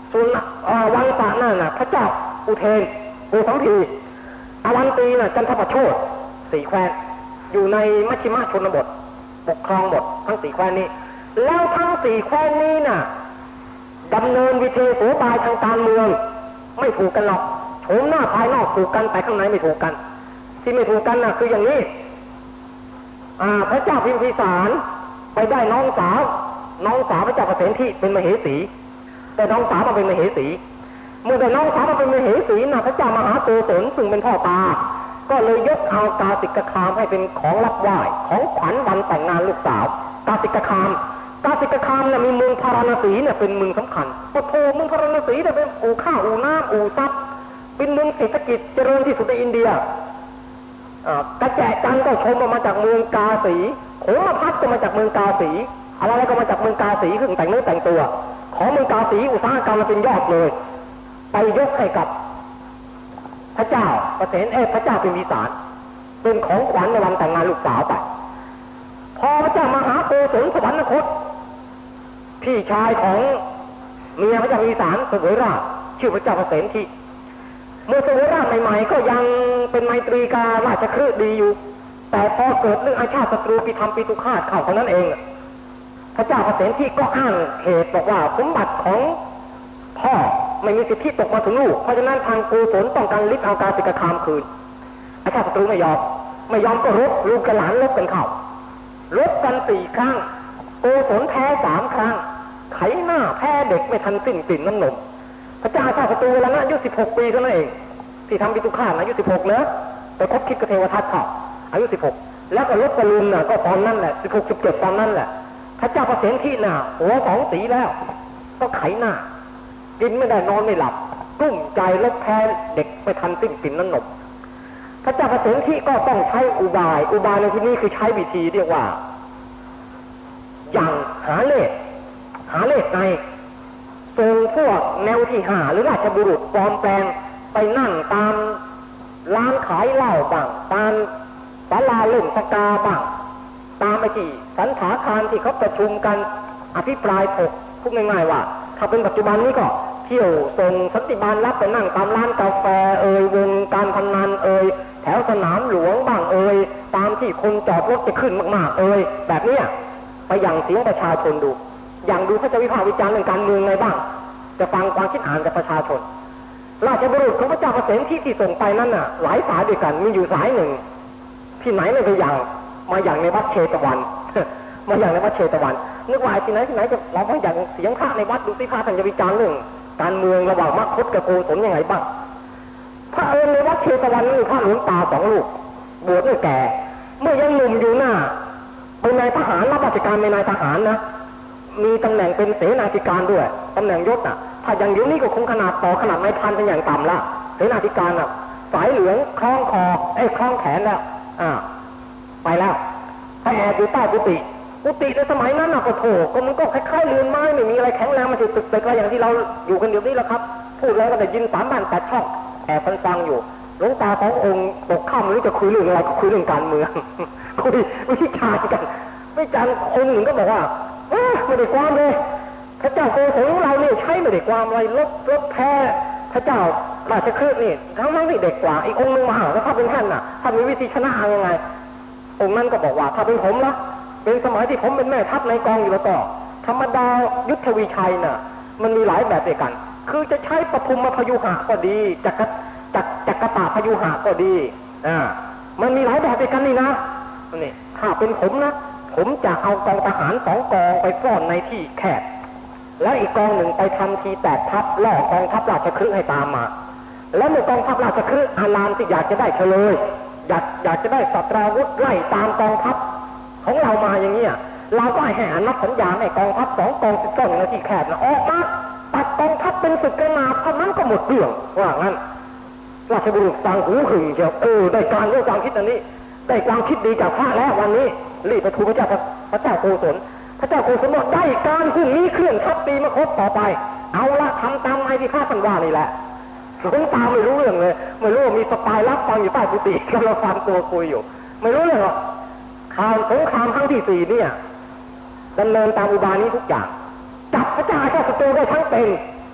ส่วนวันสะนั่นน่ะพระเจ้าอุเทนอุสังพีอวันตีน่ะจันทประโชดสี่แคว้นอยู่ในมัชชิมชนบทปกครองหมดทั้งสี่แคว้นนี้แล้วทั้งสี่แคว้นนี้น่ะดำเนินวิธีโสบายทางการเมืองไม่ถูกกันหรอกโฉมหน้าภายนอกถูกกันแต่ข้างในไม่ถูกกันที่ไม่ถูกกันน่ะคืออย่างนี้พระเจ้าพิมพิสารไปได้น้องสาวน้องสาวพระเจ้าเปรตที่เป็นมเหสีแต่น้องสาวมาเป็นมเหสีเมื่อได้น้องสาวมาเป็นมเหสีน่ะพระเจ้ามหาโกศลซึ่งเป็นพ่อตาก็เลยยกเอากาสิกคามให้เป็นของรับไหว้ของขวัญวันแต่งงานลูกสาวกาสิกคามกาสิกคามเนี่ยมีเมืองพาราณสีเนี่ยเป็นเมืองสำคัญโอ้โหเมืองพาราณสีเนี่ยเป็นอู่ข้าวอู่น้ำอู่ทรัพย์เป็นเมืองเศรษฐกิจเจริญที่สุดในอินเดียกระแจจันก็ชมมาจากเมืองกาสีโขมพัดก็มาจากเมืองกาสีอะไรก็มาจากเมืองกาสีคือแต่งเนื้อแต่งตัวของเมืองกาสีอุตสาหกรรมมันเป็นยอดเลยไปยกให้กับพระเจ้าประเสนเอพระเจ้าพิมพิสารเป็นของขวัญในวันแต่งงานลูกสาวไปพอพระเจ้ามหาโกศลสวรรคตพี่ชายของเมียพระเจ้าพิมพิสารเสวยราชชื่อพระเจ้าประเสนที่เมื่อเสวยราชใหม่ๆก็ยังเป็นไมตรีการาชคฤห์ดีอยู่แต่พอเกิดเรื่องอาชาติศัตรูปีทำปีตุฆาตเข้าเท่านั้นเองพระเจ้าประเสนที่ก็อ้างเหตุบอกว่าสมบัติของพ่อไม่มีสิทธิตกมาถึงลูกเพราะฉะนั้นทางโกศลต้องการลิบเอากาสิกคามคืนอาชาติศัตรูไม่ยอมไม่ยอมก็รบลูกกับหลานรบกันเข้ารบกันสี่ครั้งโกศลแพ้สามครั้งไขหน้าแพ้เด็กไม่ทันสิ้นกลิ่นน้ำนมพระเจ้าอาชาติศัตรูแล้วนะอายุสิบหกปีเท่านั้นเองที่ทำปีตุฆาตอายุสิบหกเนอะไปคบคิดกับเทวทัตเขาอายุสิบหกแล้วก็ลบกระลุนน่ะก็ตอนนั้นแหละสิบหกสิบเจ็ดตอนนั้นแหละพระเจ้าประเสนที่น่ะหัวสองสีแล้วก็ไขหน้ากินไม่ได้นอนไม่หลับกุ้มใจลบแพ้เด็กไม่ทันสิ้นกลิ่นน้ำนมพระเจ้าประเสนที่ก็ต้องใช้อุบายอุบายในที่นี้คือใช้วิธีเรียกว่าอย่างหาเลขหาเลขในส่งพวกแนวที่หาหรือราชบุรุษปลอมแปลงไปนั่งตามร้านขายเหล้าบ้างตามศาลาเล่นสกาบ้างตามไปที่สันถาคารที่เขาประชุมกันอภิปรายถกพูดง่ายๆว่าถ้าเป็นปัจจุบันนี้ก็เที่ยวส่งสันติบาลรับไปนั่งตามร้านกาแฟเอ่ยวงการพนันเอ่ยแถวสนามหลวงบ้างเอ่ยตามที่คนจอดรถจะขึ้นมากๆเอ่ยแบบเนี้ยไปอย่างเสียงประชาชนดูอย่างดูเขาจะวิพากษ์วิจารณ์เรื่องการเมืองไงบ้างจะฟังความคิดอ่านจากประชาชนราชบุรุษของพระเจ้าประเสนที่ที่ส่งไปนั่นน่ะหลายสายด้วยกันมีอยู่สายหนึ่งที่ไหนไม่ไปอย่างมาอย่างในวัดเชตวันมาอย่างในวัดเชตวันนึกว่าที่ไหนที่ไหนจะลองมาอย่างเสียงพระในวัดดูสิพระท่านจะวิจารณ์เรื่องการเมืองระหว่างมรรคคดกับโกศลยังไงบ้างพระเอิญในวัดเชตวันนี่พระหลวงตาสองลูกบวชด้วยแก่เมื่อยังหนุ่มอยู่หน้าเป็นนายทหารรับราชการเป็นนายทหารนะมีตำแหน่งเป็นเสนาธิการด้วยตำแหน่งยศอ่ะถ้าอย่างเดี๋ยวนี้ก็คงขนาดต่อขนาดนายพันเป็นอย่างต่ำละเสนาธิการอ่ะสายเหลืองคล้องคอไอ้คล้องแขนแล้วอ่าไปแล้วถ้าแอบอยู่ใต้กุฏิกุฏิในสมัยนั้นน่ะก็โถก็มันก็คล้ายๆเรือนไม้ไม่มีอะไรแข็งแรงมันจะตึกตึกอะไรอย่างที่เราอยู่กันเดี๋ยวนี้แหละครับพูดแล้วก็ได้ยินสามบ้านแปดช่องแอบฟังอยู่หลวงตาขององค์ตกค่ำไม่รู้จะคุยเรื่องอะไรก็คุยเรื่องการเมืองคุยวิชากันวิจารณ์คนหนึ่งก็บอกว่าไม่ได้ความเลยพระเจ้าโกศลเราเนี่ยใช้ไม่ได้ความอะไรลบลบแพ้พระเจ้าราชคฤห์นี่ทั้งทั้งที่เด็กกว่าอีกองค์นึงมาแล้วถ้าเป็นท่านน่ะท่านมีวิธีชนะยังไงองค์นั้นก็บอกว่าถ้าเป็นผมละเป็นสมัยที่ผมเป็นแม่ทัพในกองอยู่แล้วก็ธรรมดายุทธวิชัยน่ะมันมีหลายแบบด้วยกันคือจะใช้ปฐุมพยุหะก็ดีจักรจักรจักรตาพยุหะก็ดีอ่ามันมีหลายแบบด้วยกันนี่นะนี่ถ้าเป็นผมนะผมจะเอากองทหารสองกองไปซ่อนในที่แคบแล้วอีกกองหนึ่งไปทำทีแตกทัพล่อกองทัพราชคฤห์ให้ตามมาแล้วเมื่อกองทัพราชคฤห์อารามที่อยากจะได้เฉลยอยากอยากจะได้สัตราวุธไล่ตามกองทัพของเรามาอย่างเงี้ยเราก็ให้อนุสัญญาให้กองทัพสองกองสิบสองในที่แคบนะออกมาตัดกองทัพเป็นศึกกระนาบเท่านั้นก็หมดเรื่องว่างั้นราชบุรุษสั่งหูหึงเชียวเออได้การเรื่องความคิดอันนี้ได้ความคิดดีจากพระแล้ววันนี้รีบไปทูลพระเจ้าพระเจ้าโกศลพระเจ้าโกศลบอกได้การพรุ่งนี้เคลื่อนทัพตีมาครบต่อไปเอาละทำตามไอ้ที่ข้าท่านว่านี่แหละหลวงตาไม่รู้เรื่องเลยไม่รู้มีสปายรับฟังอยู่ใต้กุฏิกำลังฟังตัวคุยอยู่ไม่รู้เลยหรอกข่าวสงครามครั้งที่สี่เนี่ยดำเนินตามอุบายนี้ทุกอย่างจับพระเจ้าอาชาติศัตรูได้ทั้งเป็น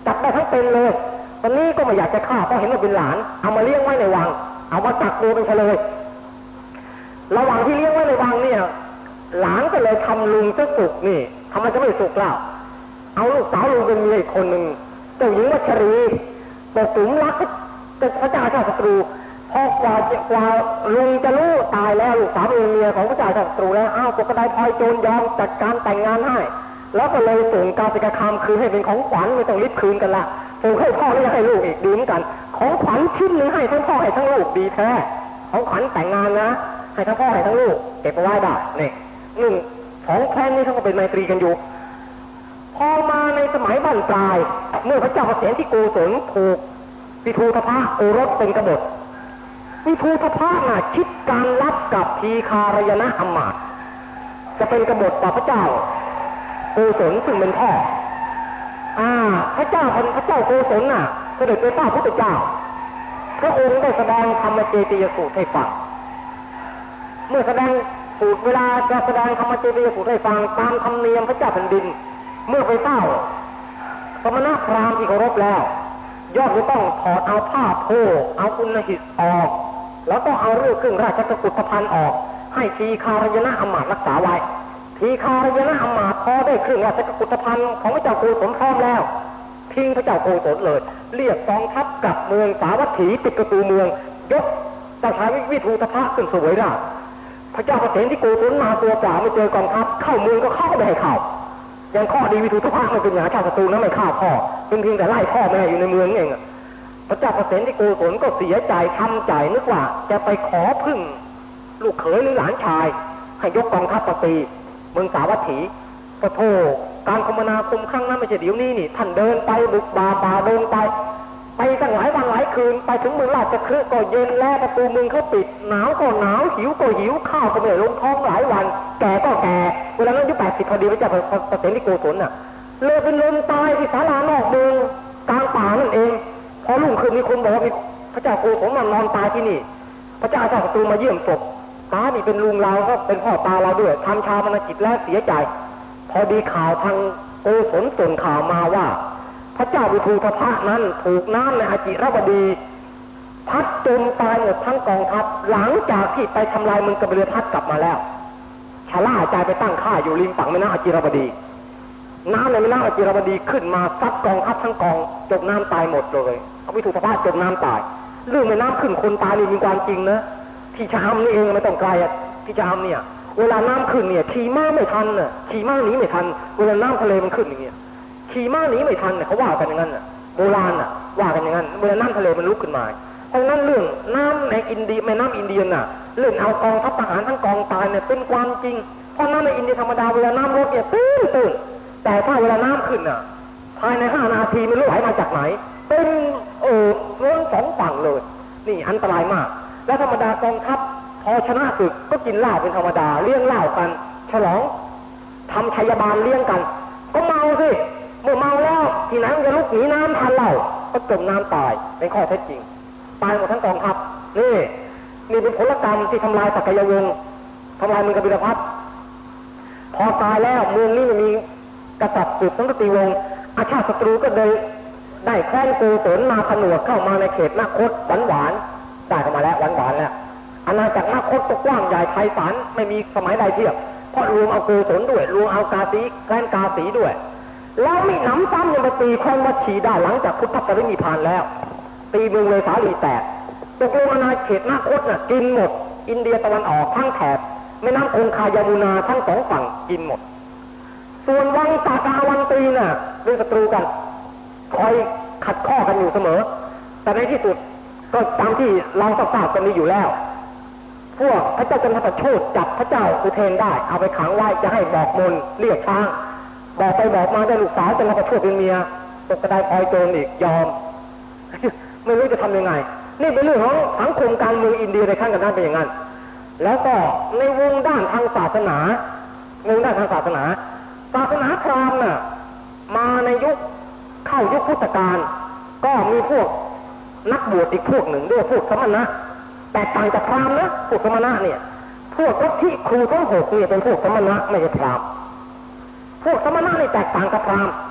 จับได้ทั้งเป็นเลยตอนนี้ก็ไม่อยากจะฆ่าเพราะเห็นว่าเป็นหลานเอามาเลี้ยงไว้ในวังเอามาจับตัวเป็นเฉลยระหว่างที่เลี้ยงไว้ในวังเนี่ยหลานก็เลยทำลุงซะสุกนี่ทำไมจะไม่สุกเล่าเอาลูกสาวลุงเป็นเมียอีกคนหนึ่งเจ้าหญิงวัชรีตกหลุมรักกับพระเจ้าชาติศัตรูพอกว่ากว่าลุงจะรู้ตายแล้วลูกสาวเป็นเมียของพระเจ้าชาติศัตรูแล้วอ้าวปกติพลอยโจรยอมจัดการแต่งงานให้แล้วก็เลยส่งกาสิกคามคืนให้เป็นของขวัญไม่ต้องรีบคืนกันละส่งให้พ่อและให้ลูกอีกดีเหมือนกันของขวัญชิ้นหนึ่งให้ทั้งพ่อให้ทั้งลูกดีแท้ของขวัญแต่งงานนะให้ทั้งพ่อให้ทั้งลูกเก็บเอาไว้ได้นี่หนึ่งสองแค่นี้เขาก็เป็นไมตรีกันอยู่พอมาในสมัยบั้นปลายเมื่อพระเจ้าเปรตที่โกศลถูกวิทูธพะโอรสเป็นกบฏวิทูธพะน่ะคิดการรับกับทีคารยนะอมาตย์จะเป็นกบฏต่อพระเจ้าโกศลซึ่งเป็นพ่ออ่าพระเจ้าพระเจ้าโกศลน่ะเสด็จไปเฝ้าพระพุทธเจ้าพระองค์ได้แสดงธรรมเจติยสูตรให้ฟังเมื่อแสดงสูตรเวลาจะแสดงธรรมเจติยสูตรให้ฟังตามธรรมเนียมพระเจ้าแผ่นดินเมื่อไปเฝ้าสมณพราหมณ์ที่เคารพแล้วย่อมจะต้องถอดเอาผ้าโพกเอาอุณหิตออกแล้วก็เอาเรื่องเครื่องราชกุฏภัณฑ์ออกให้ทีคารยนะอมาตย์รักษาไว้ทีคารยนะอมาตย์พอได้เครื่องราชกุฏภัณฑ์ของพระเจ้าโกศลพร้อมแล้วทิ้งพระเจ้าโกศลเลยเรียกกองทัพกลับเมืองสาวัตถีติดประตูเมืองยกเจ้าชายวิทูธพะขึ้นสวยราชพระเจ้าเปรตที่โกศลมาตัวเปล่าไม่เจอกองทัพเข้าเมืองก็เข้าไม่ให้เข้ายังข้อดีวิทูธพะไม่เป็นหาชาติศัตรูนะไม่ฆ่าพ่อเป็นเพียงแต่ไล่พ่อแม่อยู่ในเมืองเองพระเจ้าเปรตที่โกศลก็เสียใจช้ำใจนึกว่าจะไปขอพึ่งลูกเขยหรือหลานชายให้ยกกองทัพมาตีเมืองสาวัตถีพระโทการคมนาคมครั้งนั้นไม่ใช่เดี๋ยวนี้นี่ท่านเดินไปบุกบาป่าเดินไปไปตั้งหลายวันหลายคืนไปถึงเมืองราชคฤห์ก็เย็นแล้วประตูเมืองเขาปิดหนาวก็หนาวหิวก็หิวข้าวก็ไม่ลงท้องหลายวันแก่ก็แก่เวลานั้นอายุแปดสิบพอดีพระเจ้าเปรตที่โกศลน่ะเลยเป็นลมตายที่ศาลานอกเมืองกลางป่านั่นเองพอรุ่งขึ้นมีคนบอกว่ามีพระเจ้าโกศลมานอนตายที่นี่พระเจ้าชาติศัตรูมาเยี่ยมศพตานี่เป็นลุงเราก็เป็นพ่อตาเราด้วยทำชาปนกิจแล้วเสียใจพอดีข่าวทางโกศลส่งข่าวมาว่าพระเจ้าวิทูธพะนั้นถูกน้ำในอจิรวดีพัดจมตายหมดทั้งกองทัพหลังจากที่ไปทำลายเมืองกบิลพัทกลับมาแล้วชะล่าใจไปตั้งค่ายอยู่ริมฝั่งแม่น้ำอจิรวดีน้ำในแม่น้ำอจิรวดีขึ้นมาซัดกองทัพทั้งกองจมน้ำตายหมดเลยวิทูธพะจมน้ำตายเรื่องแม่น้ำขึ้นคนตายนี่มีความจริงนะที่ชะอำนี่เองไม่ต้องไกลอ่ะที่ชะอำเนี่ยเวลาน้ำขึ้นเนี่ยขี่ม้าไม่ทันน่ะขี่ม้าหนีไม่ทันเวลาน้ำทะเลมันขึ้นอย่างเงี้ยขี่ม้าหนีไม่ทันเนี่ยเขาว่ากันอย่างนั้นน่ะโบราณน่ะว่ากันอย่างนั้นเวลาน้ำทะเลมันลุกขึ้นมาเพราะนั้นเรื่องน้ำในอินเดียแม่น้ำอินเดียน่ะเรื่องเอากองทัพทหารทั้งกองตายเนี่ยเป็นความจริงเพราะน้ำในอินเดียธรรมดาเวลาน้ำลดเนี่ยตื้นตื้นแต่ถ้าเวลาน้ำขึ้นน่ะภายในห้านาทีไม่รู้ไหลมาจากไหนเป็นเออล้นสองฝั่งเลยนี่อันตรายมากและธรรมดากองทัพพอชนะศึกก็กินเหล้าเป็นธรรมดาเลี้ยงเหล้ากันฉลองทำชัยบาลเลี้ยงกันก็เมาสิเมื่อเมาแล้วที่ไหนมันจะลุกหนีน้ำทันเหล้าก็จมน้ำตายเป็นข้อเท็จจริงตายหมดทั้งกองทัพนี่นี่เป็นผลกรรมที่ทำลายสักยวงศ์ทำลายเมืองกบิลพัทพอตายแล้วเมืองนี้มันมีกษัตริย์สืบสันตติวงศ์อาชาติศัตรูก็เลยได้แคว้นโกศลมาผนวกเข้ามาในเขตนาคตหวานหวานได้เข้ามาแล้วหวานหวานแล้วอาณาจักรนาคตก็กว้างใหญ่ไพศาลไม่มีสมัยใดเทียบเพราะรวมเอาโกศลด้วยรวมเอากาสีแคว้นกาสีด้วยแล้วมีหนำซ้ำยังไปตีแคว้นวัชีได้หลังจากพุทธปรินิพพานแล้วตีเมืองเวสาลีแตกตกลงอาณาเขตนาคตน่ะกินหมดอินเดียตะวันออกทั้งแถบแม่น้ำคงคายามุนาทั้งสองฝั่งกินหมดส่วนวังสากาวันตีน่ะเป็นศัตรูกันคอยขัดข้อกันอยู่เสมอแต่ในที่สุดก็ตามที่เราทราบกันนี้อยู่แล้วพวกพระเจ้าจันทประโชติจับพระเจ้าอุเทนได้เอาไปขังไว้จะให้บอกมนเรียกช้างบอกไปบอกมาได้ลูกสาวจันทประโชติเป็นเมียตกกระไดพลอยโจรอีกยอมไม่รู้จะทำยังไงนี่เป็นเรื่องของสังคมการเมืองอินเดียในขั้นกันนั้นเป็นอย่างนั้นแล้วก็ในวงด้านทางศาสนาวงด้านทางศาสนาศาสนาพราหมณ์น่ะมาในยุคเข้ายุคพุทธกาลก็มีพวกนักบวชอีกพวกหนึ่งด้วยพวกสมณะแตกต่างจากพราหมณ์นะพวกสมณะเนี่ยพวกลัทธิครูทั้งหกเนี่ยเป็นพวกสมณะไม่ใช่พราหมณ์พวกสมณะนี่แตกต่างกับพราหมณ์เป็น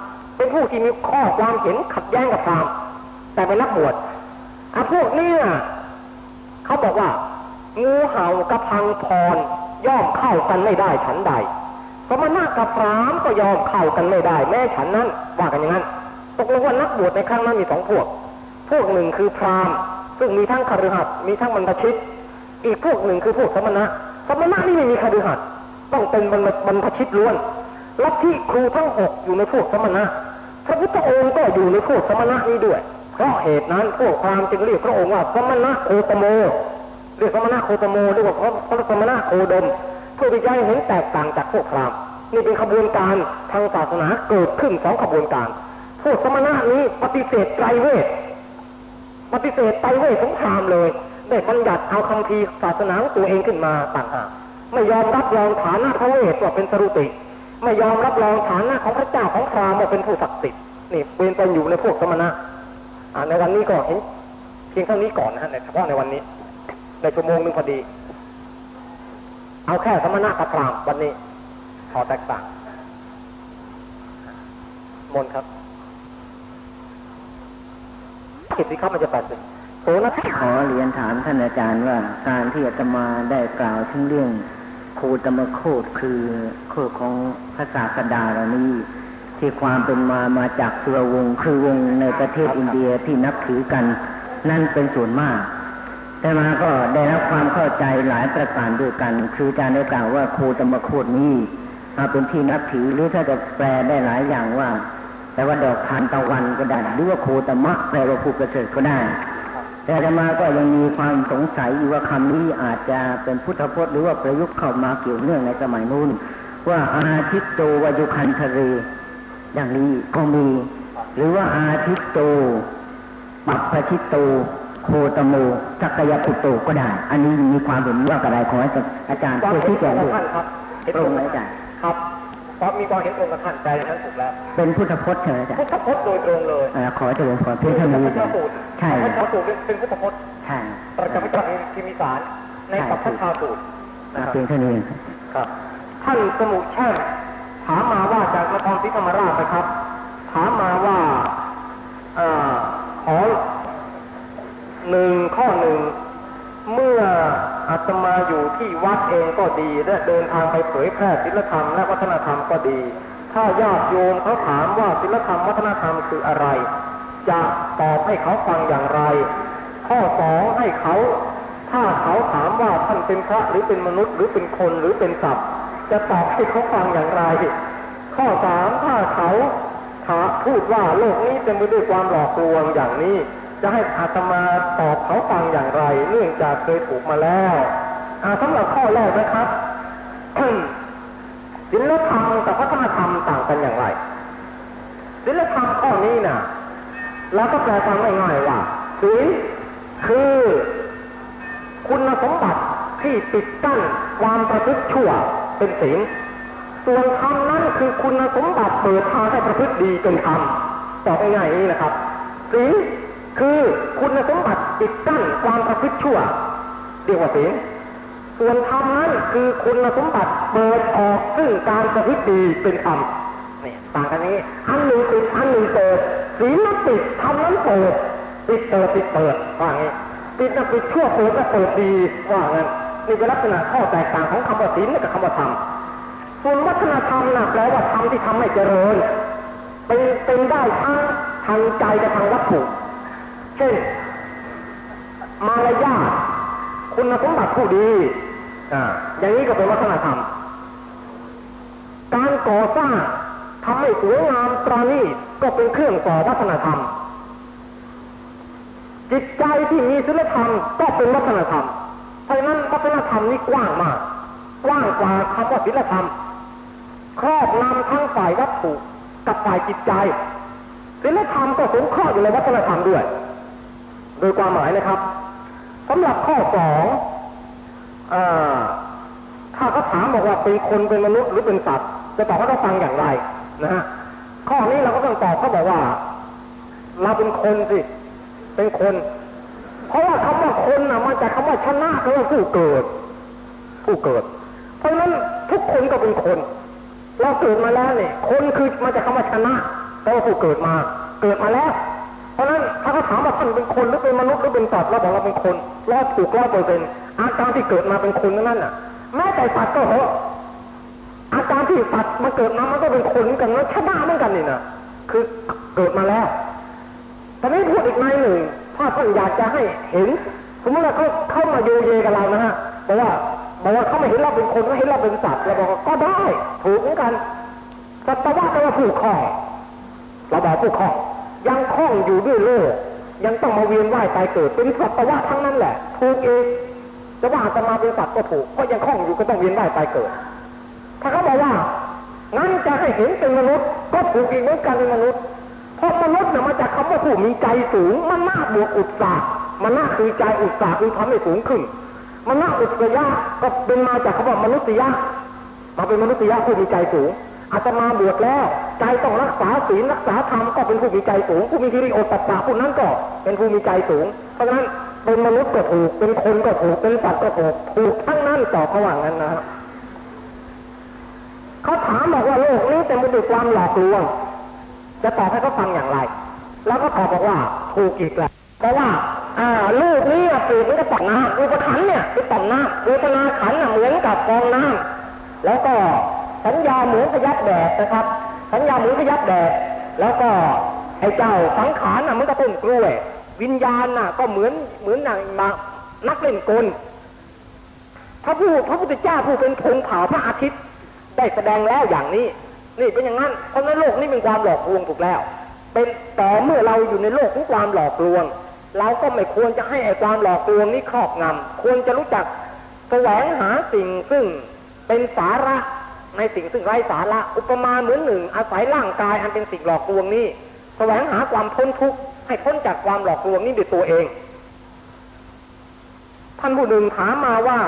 เป็นผู้ที่มีข้อความเห็นขัดแย้งกับพราหมณ์แต่เป็นนักบวชอ่ะพวกนี้เขาบอกว่างูเห่ากับพังพรย่อมเข้ากันไม่ได้ฉันใดสมณะกับพราหมณ์ก็ยอมเข้ากันไม่ได้แม้ฉันนั้นว่ากันอย่างนั้นตกลงว่านักบวชในครั้งนั้นมีสองพวกพวกหนึ่งคือพราหมณ์ซึ่งมีทั้งคฤหัสถ์มีทั้งบรรพชิตอีกพวกหนึ่งคือพวกสมณะสมณะนี่ไม่มีคฤหัสถ์ต้องเป็นบรรพชิตล้วนลัทธิครูทั้งหกอยู่ในพวกสมณะพระพุทธองค์ก็อยู่ในพวกสมณะนี้ด้วยเพราะเหตุนั้นพวกพราหมณ์จึงเรียกพระองค์ว่าสมณะโคตโมเรียกสมณะโคตโมเรียกว่าพระสมณะโคดมเพื่อที่จะให้เห็นแตกต่างจากพวกพราหมณ์นี่เป็นขบวนการทางศาสนาเกิดขึ้นสองขบวนการพวกสมณะนี้ปฏิเสธไตรเวทปฏิเสธไตรเวทของพราหมณ์เลยได้บัญญัติเอาคำพีศาสนาของตัวเองขึ้นมาต่างหากไม่ยอมรับรองฐานะพระเวทว่าเป็นสรุติไม่ยอมรับรองฐานะของพระเจ้าของพราหมณ์ว่าเป็นผู้ศักดิ์สิทธิ์นี่เป็นไปอยู่ในพวกสมณะในวันนี้ก็เห็นเพียงเท่านี้ก่อนนะฮะเฉพาะในวันนี้ในชั่วโมงนึงพอดีเอาแค่สมณะกับพราหมณ์วันนี้ขอแตกต่างมนครับกิจที่เขามันจะแปดสิบโอ้นะขอเรียนถามท่านอาจารย์ว่าการที่อาตมาได้กล่าวถึงเรื่องโคตมโคตคือโคตของพระศาสดาเหล่านี้ที่ความเป็นมามาจากสุรวงศ์คือวงในประเทศอินเดียที่นับถือกันนั่นเป็นส่วนมากแต่มาก็ได้รับความเข้าใจหลายประการด้วยกันคือการได้กล่าวว่าโคตมโคตนี้เป็นที่นับถือหรือถ้าจะแปลได้หลายอย่างว่าแต่ว่าดอกทานตะวันก็ได้หรือว่าโคตมะแปลว่าผู้ประเสริฐก็ได้แต่อาตมาก็ยังมีความสงสัยอยู่ว่าคำนี้อาจจะเป็นพุทธพจน์หรือว่าประยุกต์เข้ามาเกี่ยวเนื่องในสมัยนู้นว่าอาทิตโตวายุคันทะเรอย่างนี้ก็มีหรือว่าอาทิตโตปัปปชิตโตโคตโมสักยปุตโตก็ได้อันนี้มีความเห็นว่าอะไรขอให้อาจารย์ช่วยชี้แจงด้วยตรงไหมอาจารย์ครับเพราะมีความเห็นตรงกับท่านใจนั้นถูกแล้วเป็นพุทธพจน์ใช่ไหมอาจารย์พุทธพจน์โดยตรงเลยขอเจริญพรเพื่อท่านนี้ใช่พระสูตรเป็นพุทธพจน์ใช่ประจำพระธรรมพิมิสารในปัปพชาสูตรเพียงเท่านี้ครับท่านสมุทรแช่มถามมาว่าจากนครศรีธรรมราชนะครับถามมาว่าขอหนึ่งข้อหนึ่งเมื่ออาตมาอยู่ที่วัดเองก็ดีและเดินทางไปเผยแพร่ศีลธรรมและวัฒนธรรมก็ดีถ้าญาติโยมเขาถามว่าศีลธรรมวัฒนธรรมคืออะไรจะตอบให้เขาฟังอย่างไรข้อสองให้เขาถ้าเขาถามว่าท่านเป็นพระหรือเป็นมนุษย์หรือเป็นคนหรือเป็นสัตว์จะตอบให้เขาฟังอย่างไรข้อสามถ้าเขาถ้าพูดว่าโลกนี้เต็มไปด้วยความหลอกลวงอย่างนี้จะให้อาตมาตอบเขาฟังอย่างไรเนื่องจากเคยถูกมาแล้วสำหรับข้อแรกนะครับศีลธรรมกับวัฒนธรรมต่างกันอย่างไรศีลธรรมข้อนี้นะแล้วก็แปลความง่ายๆว่าศีลคือคุณสมบัติที่ปิดกั้นความประพฤติชั่วเป็นศีลส่วนธรรมนั้นคือคุณสมบัติเปิดทางให้ประพฤติดีเป็นธรรมตอบง่ายๆนี้นะครับศีลคือคุณสมบัติปิดกั้นความประพฤติชั่วเรียกว่าศีลส่วนธรรมนั้นคือคุณสมบัติเปิดออกซึ่งการประพฤติดีเป็นธรรมนี่ต่างกันนี้อันหนึ่งปิดอันหนึ่งเปิดศีลนั้นปิดธรรมนั้นเปิดปิดเปิดปิดเปิดว่าไงปิดจะปิดชั่วเปิดจะเปิดดีว่างั้นนี่เป็นลักษณะข้อแตกต่างของคำว่าศีลกับคำว่าธรรมส่วนวัฒนธรรมนะแปลว่าธรรมที่ทำให้เจริญเป็นเป็นได้ทั้งทางใจกับทางวัตถุเช่นมารยาทคุณสมบัติผู้ดีอ่าอย่างนี้ก็เป็นวัฒนธรรมการก่อสร้างทำให้สวยงามตราณีก็เป็นเครื่องต่อวัฒนธรรมจิตใจที่มีศีลธรรมก็เป็นวัฒนธรรมเพราะฉะนั้นวัฒนธรรมนี่กว้างมากกว้างกว่าคำว่าศีลธรรมครอบงำทั้งฝ่ายวัตถุกับฝ่ายจิตใจศีลธรรมก็สงเคราะห์อยู่ในวัฒนธรรมด้วยโดยความหมายนะครับสำหรับข้อสองถ้าเขาถามบอกว่าเป็นคนเป็นมนุษย์หรือเป็นสัตว์จะตอบว่าต้องฟังอย่างไรนะฮะข้อนี้เราก็ต้องตอบเขาบอกว่าเราเป็นคนสิเป็นคนเพราะว่าคำว่าคนนะมาจากคำว่าชนะแปลว่าผู้เกิดผู้เกิดเพราะฉะนั้นทุกคนก็เป็นคนเราเกิดมาแล้วเนี่ยคนคือมาจากคำว่าชนะเพราะว่าผู้เกิดมาเกิดมาแล้วเพราะฉะนั้นถ้าเขาถามว่าท่านเป็นคนหรือเป็นมนุษย์หรือเป็นสัตว์เราบอกเราเป็นคนร้อยถูกร้อยเปอร์เซ็นต์อาการที่เกิดมาเป็นคนนั่นน่ะแม้แต่สัตว์ก็เหอะอาการที่สัตว์มันเกิดมามันก็เป็นคนเหมือนกันแล้วชนะเหมือนกันนี่นะคือเกิดมาแล้วตอนนี้พูดอีกในหนึ่งถ้าท่านอยากจะให้เห็นสมมติว่าเขาเข้ามาโยเยกับเรานะฮะบอกว่าบอกว่าเขาไม่เห็นเราเป็นคนเขาเห็นเราเป็นสัตว์เราบอกก็ได้ถูกเหมือนกันสัตวะก็ว่าผู้ครองเราบอกผู้ครองยังคล้องอยู่ด้วยโลกยังต้องมาเวียนว่ายตายเกิดเป็นสัตวะทั้งนั้นแหละถูกเองจะว่าจะมาเป็นสัตว์ก็ถูกเพราะยังคล้องอยู่ก็ต้องเวียนว่ายตายเกิดถ้าเขาบอกว่างั้นจะให้เห็นเป็นมนุษย์ก็ถูกอีกเหมือนกันเป็นมนุษย์เพราะมนุษย์เนี่ยมาจากคำว่าผู้มีใจสูงมันน่าบวกอุตสาหมันน่าคือใจอุตสาหคือทำให้สูงขึ้นมันน่าอุตสยะก็เป็นมาจากคำว่ามนุษยะมาเป็นมนุษยะผู้มีใจสูงอาตมาบวชแล้วใจต้องรักษาศีลรักษาธรรมก็เป็นผู้มีใจสูงผู้มีฮิริโอตปะผู้นั้นก็เป็นผู้มีใจสูงเพราะฉะนั้นเป็นมนุษย์ก็ถูกเป็นคนก็ถูกเป็นสัตว์ก็ถูกถูกทั้งนั้นต่อเขาว่างั้นนะเขาถามบอกว่าโลกนี้เต็มไปด้วยความหลอกลวงจะตอบให้เขาฟังอย่างไรแล้วก็ตอบบอกว่าถูกอีกแล้วเพราะว่าอ่าลูกนี้เปรียบเหมือนกับต่อมน้ำรูปขันเนี่ยเป็นต่อมน้ำเวทนาขันเหมือนกับฟองน้ำแล้วก็สัญญาเหมือนพยับแดดนะครับสัญญาเหมือนพยับแดดแล้วก็ไอ้เจ้าสังขารน่ะมันก็ต้นกล้วยวิญญาณน่ะก็เหมือนเหมือนอย่างนักเล่นกลพระผู้พระพุทธเจ้าผู้เป็นธงเผาพระอาทิตย์ได้แสดงแล้วอย่างนี้นี่เป็นอย่างนั้นเพราะในโลกนี้เป็นความหลอกลวงถูกแล้วเป็นแต่เมื่อเราอยู่ในโลกของความหลอกลวงเราก็ไม่ควรจะให้ไอ้ความหลอกลวงนี้ครอบงำควรจะรู้จักแสวงหาสิ่งซึ่งเป็นสาระในสิ่งซึ่งไร้สาระอุปมาเหมือนหนึ่งอาศัยร่างกายอันเป็นสิ่งหลอกลวงนี้แสวงหาความพ้นทุกข์ให้พ้นจากความหลอกลวงนี้ด้วยตัวเองท่านผู้หนึ่งถามมาว่า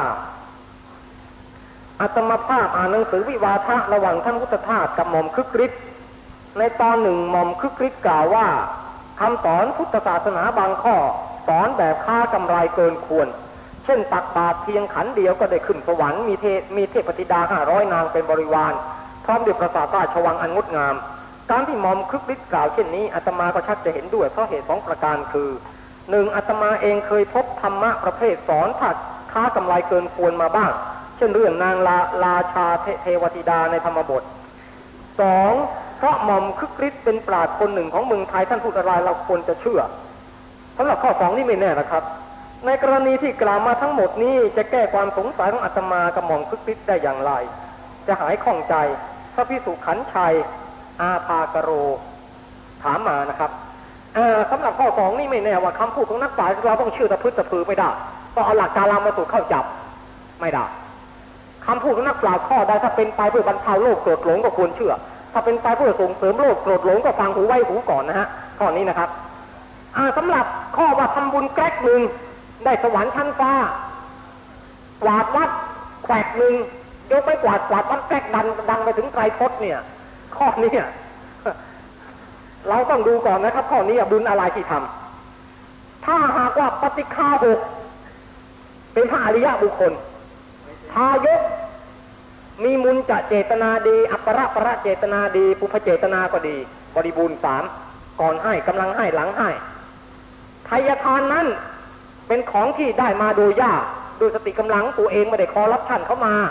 อาตมาภาพอ่านหนังสือวิวาทะระหว่างท่านพุทธทาสกับหม่อมคึกฤทธิ์ในตอนหนึ่งหม่อมคึกฤทธิ์กล่าวว่าคำสอนพุทธศาสนาบางข้อสอนแบบค้ากำไรเกินควรเช่นตักบาตรเพียงขันเดียวก็ได้ขึ้นสวรรค์มีเทมีเทพธิดาห้าร้อยนางเป็นบริวารพร้อมด้วยปราสาทราชวังอันงดงามการที่หม่อมคึกฤทธิ์กล่าวเช่นนี้อาตมาก็ชักจะเห็นด้วยเพราะเหตุสองประการคือหนึ่งอาตมาเองเคยพบธรรมะประเภทสอนถักค้ากำไรเกินควรมาบ้างเช่นเรื่องนางลาราชาเทวธิดาในธรรมบทสองเพราะหม่อมคึกฤทธิ์เป็นปราชญ์คนหนึ่งของเมืองไทยท่านพูดอะไรเราควรจะเชื่อสำหรับข้อสองนี่ไม่แน่นะครับในกรณีที่กล่าวมาทั้งหมดนี้จะแก้ความสงสัยของอาตมากับหม่อมคึกฤทธิ์ได้อย่างไรจะหายข้องใจพระภิกษุขันชัยอาภากโรถามมานะครับสำหรับข้อสองนี่ไม่แน่ว่าคำพูดของนักปราชญ์เราต้องเชื่อตะพึดตะพือไม่ได้ต้องเอาหลักการลามาสู่เข้าจับไม่ได้คำพูดของนักปราชญ์ข้อใดถ้าเป็นไปเพื่อบรรเทาโลภโกรธหลงก็ควรเชื่อถ้าเป็นไปเพื่อส่งเสริมโลภโกรธหลงก็ฟังหูไว้หูก่อนนะฮะข้อนี้นะครับสำหรับข้อว่าทำบุญแกล้กหนึ่งได้สวรรค์ชั้นฟ้ากวาดวัดแขวกหนึ่งยกไปกวาดกวาดวัดแกล้กดันดังไปถึงไตรพจน์เนี่ยข้อนี้เราต้องดูก่อนนะครับข้อนี้บุญอะไรที่ทำถ้าหากว่าปฏิฆาหกเป็นพระอริยะบุคคลทายกมีมุญจะเจตนาดีอัปปะประเจตนาดีปุพเจตนาก็ดีบริบูรณ์สามก่อนให้กำลังให้หลังให้ทายทานนั้นเป็นของที่ได้มาโดยยากโดยสติกำลังตัวเองไม่ได้คอรับท่านเข้ามา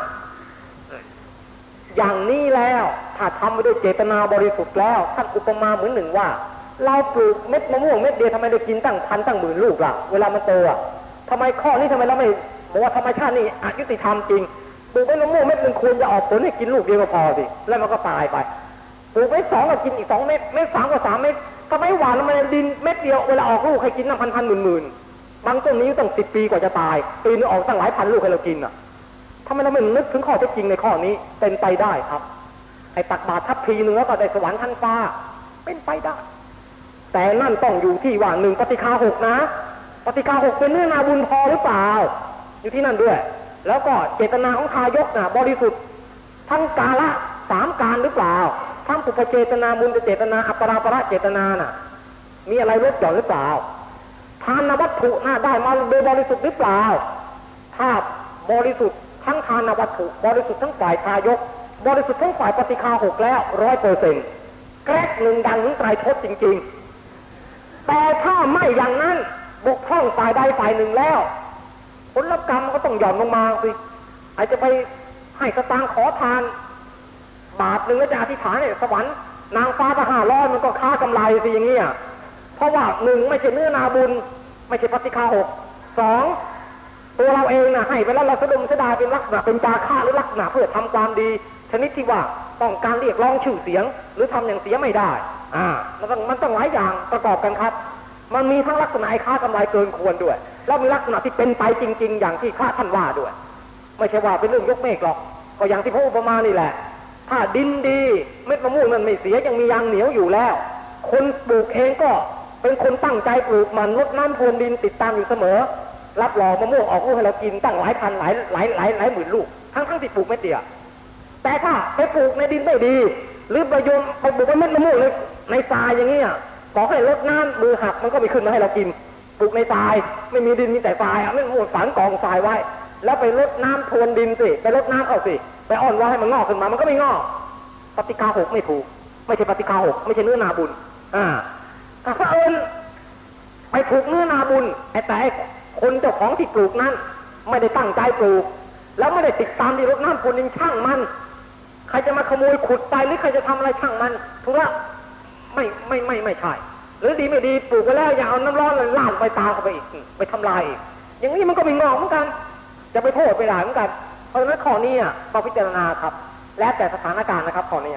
อย่างนี้แล้วถ้าทำไปด้วยเจตนาบริสุทธิ์แล้วท่านอุปมาเหมือนหนึ่งว่าเราปลูกเม็ดมะม่วงเม็ดเดียวทำไมได้กินตั้งพันตั้งหมื่นลูกล่ะเวลามันโตอ่ะทำไมข้อนี้ทำไมเราไม่บอกว่าธรรมชาตินี่อยุติธรรมจริงปลูกเม็ดมะม่วงเม็ดหนึ่งควรจะออกผลให้กินลูกเดียวก็พอสิแล้วมันก็ตายไปปลูกเม็ดสองก็กินอีกสองเม็ดเม็ดสามก็สามเม็ดทำไมหวานมันดินเม็ดเดียวเวลาออกลูกให้กินตั้งพันพันหมื่นหมื่นบางต้นนี้ต้องสิบปีกว่าจะตายปีนึงออกตั้งหลายพันลูกให้เรากินอ่ะทำไมเราไม่นึกถึงข้อเท็จจริงในข้อนี้เป็นไปได้ครับไอ้ตักบาตรทัพพีหนึ่งแล้วก็ได้สวรรค์ชั้นฟ้าเป็นไปได้แต่นั่นต้องอยู่ที่ว่าหนึ่งปฏิฆาหกนะปฏิฆาหกเป็นเนื้อนาบุญพอหรือเปล่าอยู่ที่นั่นด้วยแล้วก็เจตนาของทายกนะบริสุทธิ์ทั้งกาละสามการหรือเปล่าทั้งปุพเจตนามุญเจตนาอัปปะประเจตนาน่ะมีอะไรลดหย่อนหรือเปล่าทานวัตถุน่าได้มาโดยบริสุทธิ์หรือเปล่าถ้าบริสุทธิ์ทั้งทานวัตถุบริสุทธิ์ทั้งฝ่ายทายกบริสุทธิ์ทั้งฝ่ายปฏิฆาหกแล้วร้อยเปอร์เซ็นต์แกรกหนึ่งดังถึงไตรทศจริงๆแต่ถ้าไม่อย่างนั้นบกพร่องฝ่ายใดฝ่ายหนึ่งแล้วผลกรรมก็ต้องหย่อนลงมาสิอาจจะไปให้สตางค์ขอทานบาทหนึ่งแล้วจะอธิษฐานเนี่ยสวรรค์นางฟ้าประหารร้อยมันก็ค้ากำไรสิอย่างเงี้ยเพราะว่าหนึ่งไม่ใช่เนื้อนาบุญไม่ใช่ปฏิฆาหกสองตัวเราเองนะให้ไปแล้วเราสะดุ้งสะดายเป็นลักษณะเป็นจาค่าหรือลักษณะเพื่อทำความดีชนิดที่ว่าต้องการเรียกร้องชื่อเสียงหรือทำอย่างเสียไม่ได้อ่ามันต้องมันต้องหลายอย่างประกอบกันครับมันมีทั้งลักษณะค้ากำไรเกินควรด้วยแล้วมีลักษณะที่เป็นไปจริงๆอย่างที่ข้าท่านว่าด้วยไม่ใช่ว่าเป็นเรื่องยกเมฆหรอกก็อย่างที่พระอุปมานี่แหละถ้าดินดีเม็ดมะม่วงมันไม่เสียยังมียางเหนียวอยู่แล้วคนปลูกเองก็เป็นคนตั้งใจปลูกมันรดน้ำพรวนดินติดตามอยู่เสมอรับรองมะม่วงออกลูกให้เรากินตั้งหลายพันหลายหลายหลายหลายหมื่นลูกทั้งทั้งที่ปลูกเม็ดเดียวแต่ถ้าไปปลูกในดินไม่ดีหรือไปโยนไปปลูกเม็ดมะม่วงในในทรายอย่างเงี้ยขอให้รดน้ำมือหักมันก็ไม่ขึ้นมาให้เรากินปลูกในทรายไม่มีดินมีแต่ทรายอ่ะไม่มะม่วงฝังกองทรายไว้แล้วไปรดน้ำพรวนดินสิไปรดน้ำเอาสิไปอ่อนว่าให้มันงอกขึ้นมามันก็ไม่งอกปฏิฆาหกไม่ถูกไม่ใช่ปฏิฆาหกไม่ใช่เนื้อนาบุญอ่าถ้าเอิญไปปลูกเนื้อนาบุญแต่คนเจ้าของที่ปลูกนั้นไม่ได้ตั้งใจปลูกแล้วไม่ได้ติดตามที่รดน้ำพรวนดินช่างมันใครจะมาขโมยขุดไปหรือใครจะทำอะไรช่างมันถูกแล้วไม่ไม่ไม่ไม่ใช่หรือดีไม่ดีปลูกไปแล้วอย่าเอาน้ำร้อนลาดไปตาเข้าไปอีกไปทำลายอีกอย่างนี้มันก็ไม่งอกเหมือนกันจะไปโทษไปด่าเหมือนกันเพราะฉะนั้นข้อนี้ต้องพิจารณาครับแล้วแต่สถานการณ์นะครับข้อนี้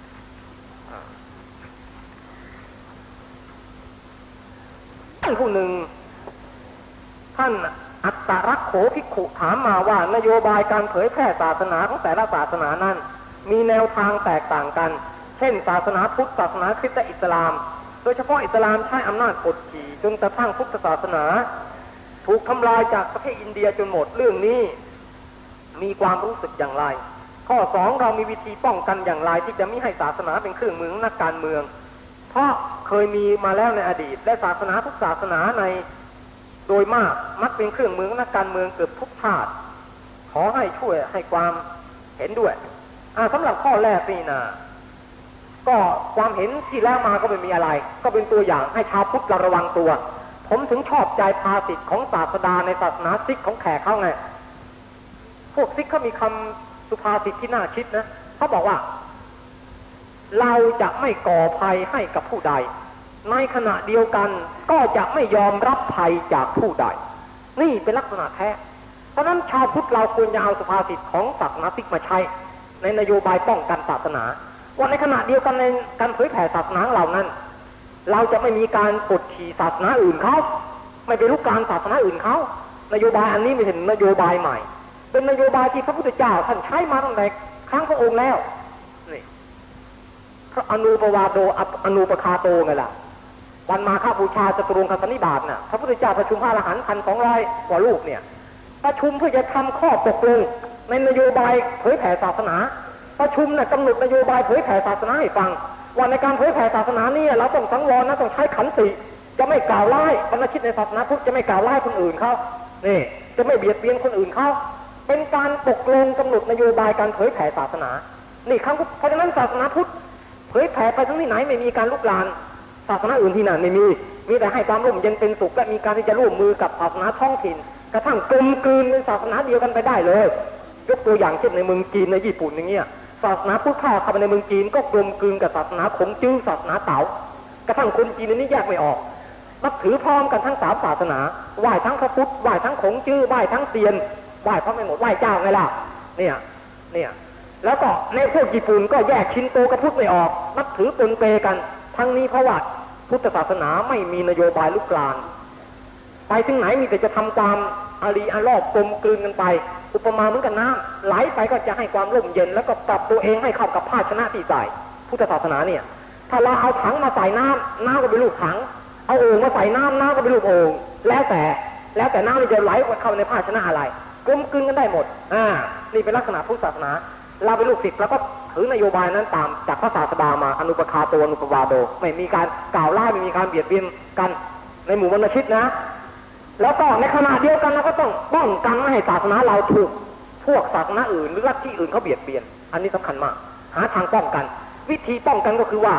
ท่านผู้หนึ่งท่านอัตตรักโขภิกขุถามมาว่านโยบายการเผยแพร่ศาสนาของแต่ละศาสนานั้นมีแนวทางแตกต่างกันเช่นศาสนาพุทธศาสนาคริสต์และอิสลามโดยเฉพาะอิสลามใช้อำนาจกดขี่จนกระทั่งพุทธศาสนาถูกทำลายจากประเทศอินเดียจนหมดเรื่องนี้มีความรู้สึกอย่างไรข้อสองเรามีวิธีป้องกันอย่างไรที่จะไม่ให้ศาสนาเป็นเครื่องมือนักการเมืองเพราะเคยมีมาแล้วในอดีตและศาสนาทุกศาสนาในโดยมากมักเป็นเครื่องมือนักการเมืองเกือบทุกชาติขอให้ช่วยให้ความเห็นด้วยอ่าสำหรับข้อแรกนี่นะก็ความเห็นที่แล้วมาก็ไม่มีอะไรก็เป็นตัวอย่างให้ชาวพุทธระวังตัวผมถึงชอบใจภาษิตของศาสดาในศาสนาซิกของแขกเขาไงพวกซิกเขามีคำสุภาษิตที่น่าคิดนะเขาบอกว่าเราจะไม่ก่อภัยให้กับผู้ใดในขณะเดียวกันก็จะไม่ยอมรับภัยจากผู้ใดนี่เป็นลักษณะแท้เพราะนั้นชาวพุทธเราควรจะเอาสุภาษิตของศาสนาซิกมาใช้ในนโยบายป้องกันศาสนาว่าในขณะเดียวกันในการเผยแผ่ศาสนาเหล่านั้นเราจะไม่มีการกดขี่ศาสนาอื่นเขาไม่ไปลุกลานศาสนาอื่นเขานโยบายอันนี้ไม่ใช่นโยบายใหม่เป็นนโยบายที่พระพุทธเจ้าท่านใช้มาตั้งแต่ครั้งพระองค์แล้วนี่พระอนุปวาโดอนุปคาโตไงล่ะวันมาฆบูชาจตุรงคสันนิบาตน่ะพระพุทธเจ้าประชุมพระอรหันต์พันสองร้อยกว่าลูกเนี่ยประชุมเพื่อจะทำข้อตกลงในนโยบายเผยแผ่ศาสนาประชุมน่ะกำหนดนโยบายเผยแผ่ศาสนาให้ฟังว่าในการเผยแผ่ศาสนานี่เราต้องสังวรนะต้องใช้ขันติจะไม่กล่าวร้ายบรรพชิตในศาสนาพุทธจะไม่กล่าวร้ายคนอื่นเขานี่จะไม่เบียดเบียนคนอื่นเขาเป็นการตกลงกำหนดนโยบายการเผยแผ่ศาสนานี่ครั้งเพราะฉะนั้นศาสนาพุทธเผยแผ่ไปทั้งที่ไหนไม่มีการลุกลานศาสนาอื่นที่นั่นไม่มีมีแต่ให้ความร่มเย็นเป็นสุขและมีการที่จะร่วมมือกับศาสนาท้องถิ่นกระทั่งกลมกลืนเป็นศาสนาเดียวกันไปได้เลยยกตัวอย่างเช่นในเมืองจีนในญี่ปุ่นอย่างเงี้ยศาสนาพุทธเข้าเข้าไปในเมืองจีนก็กลมกลืนกับศาสนาขงจื้อศาสนาเต๋ากระทั่งคนจีนนี้แยกไม่ออกนับถือพร้อมกันทั้งสามศาสนาไหว้ทั้งพระพุทธไหว้ทั้งขงจื้อไหว้ทั้งเซียนไหว้พระไม่หมดไหว้เจ้าไงล่ะเนี่ยเนี่ยแล้วก็ในพวกญี่ปุ่นก็แยกชินโตกับพุทธไม่ออกนับถือปนเปกันทั้งนี้เพราะว่าพุทธศาสนาไม่มีนโยบายลุกลานไปถึงไหนมีแต่จะทำความอารีอารอบกลมกลืนกันไปอุปมาเหมือนกับน้ำไหลไปก็จะให้ความร่มเย็นแล้วก็ปรับตัวเองให้เข้ากับภาชนะที่ใส่พุทธศาสนาเนี่ยถ้าเราเอาถังมาใส่น้ำน้ำก็เป็นลูกถังเอาโอ่งมาใส่น้ำน้ำก็เป็นลูกโอ่งแล้วแต่แล้วแต่น้ำมันจะไหลเข้าในภาชนะอะไรกลมกลืนกันได้หมดอ่านี่เป็นลักษณะพุทธศาสนาเราเป็นลูกศิษย์แล้วก็ถือนโยบายนั้นตามจากพระศาสดามาอนุปคาโตอนุปวาโดไม่มีการกล่าวล่าไม่มีการเบียดเบียนกันในหมู่บรรพชิตนะแล้วก็ในขณะเดียวกันเราก็ต้องป้องกันไม่ให้ศาสนาเราถูกพวกศาสนาอื่นหรือลัทธิอื่นเขาเบียดเบียนอันนี้สำคัญมากหาทางป้องกันวิธีป้องกันก็คือว่า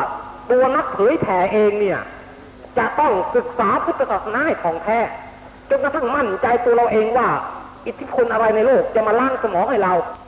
ตัวนักเผยแผ่เองเนี่ยจะต้องศึกษาพุทธศาสนาให้ท่องแท้จนกระทั่งมั่นใจตัวเราเองว่าอิทธิพลอะไรในโลกจะมาล้างสมองให้เรา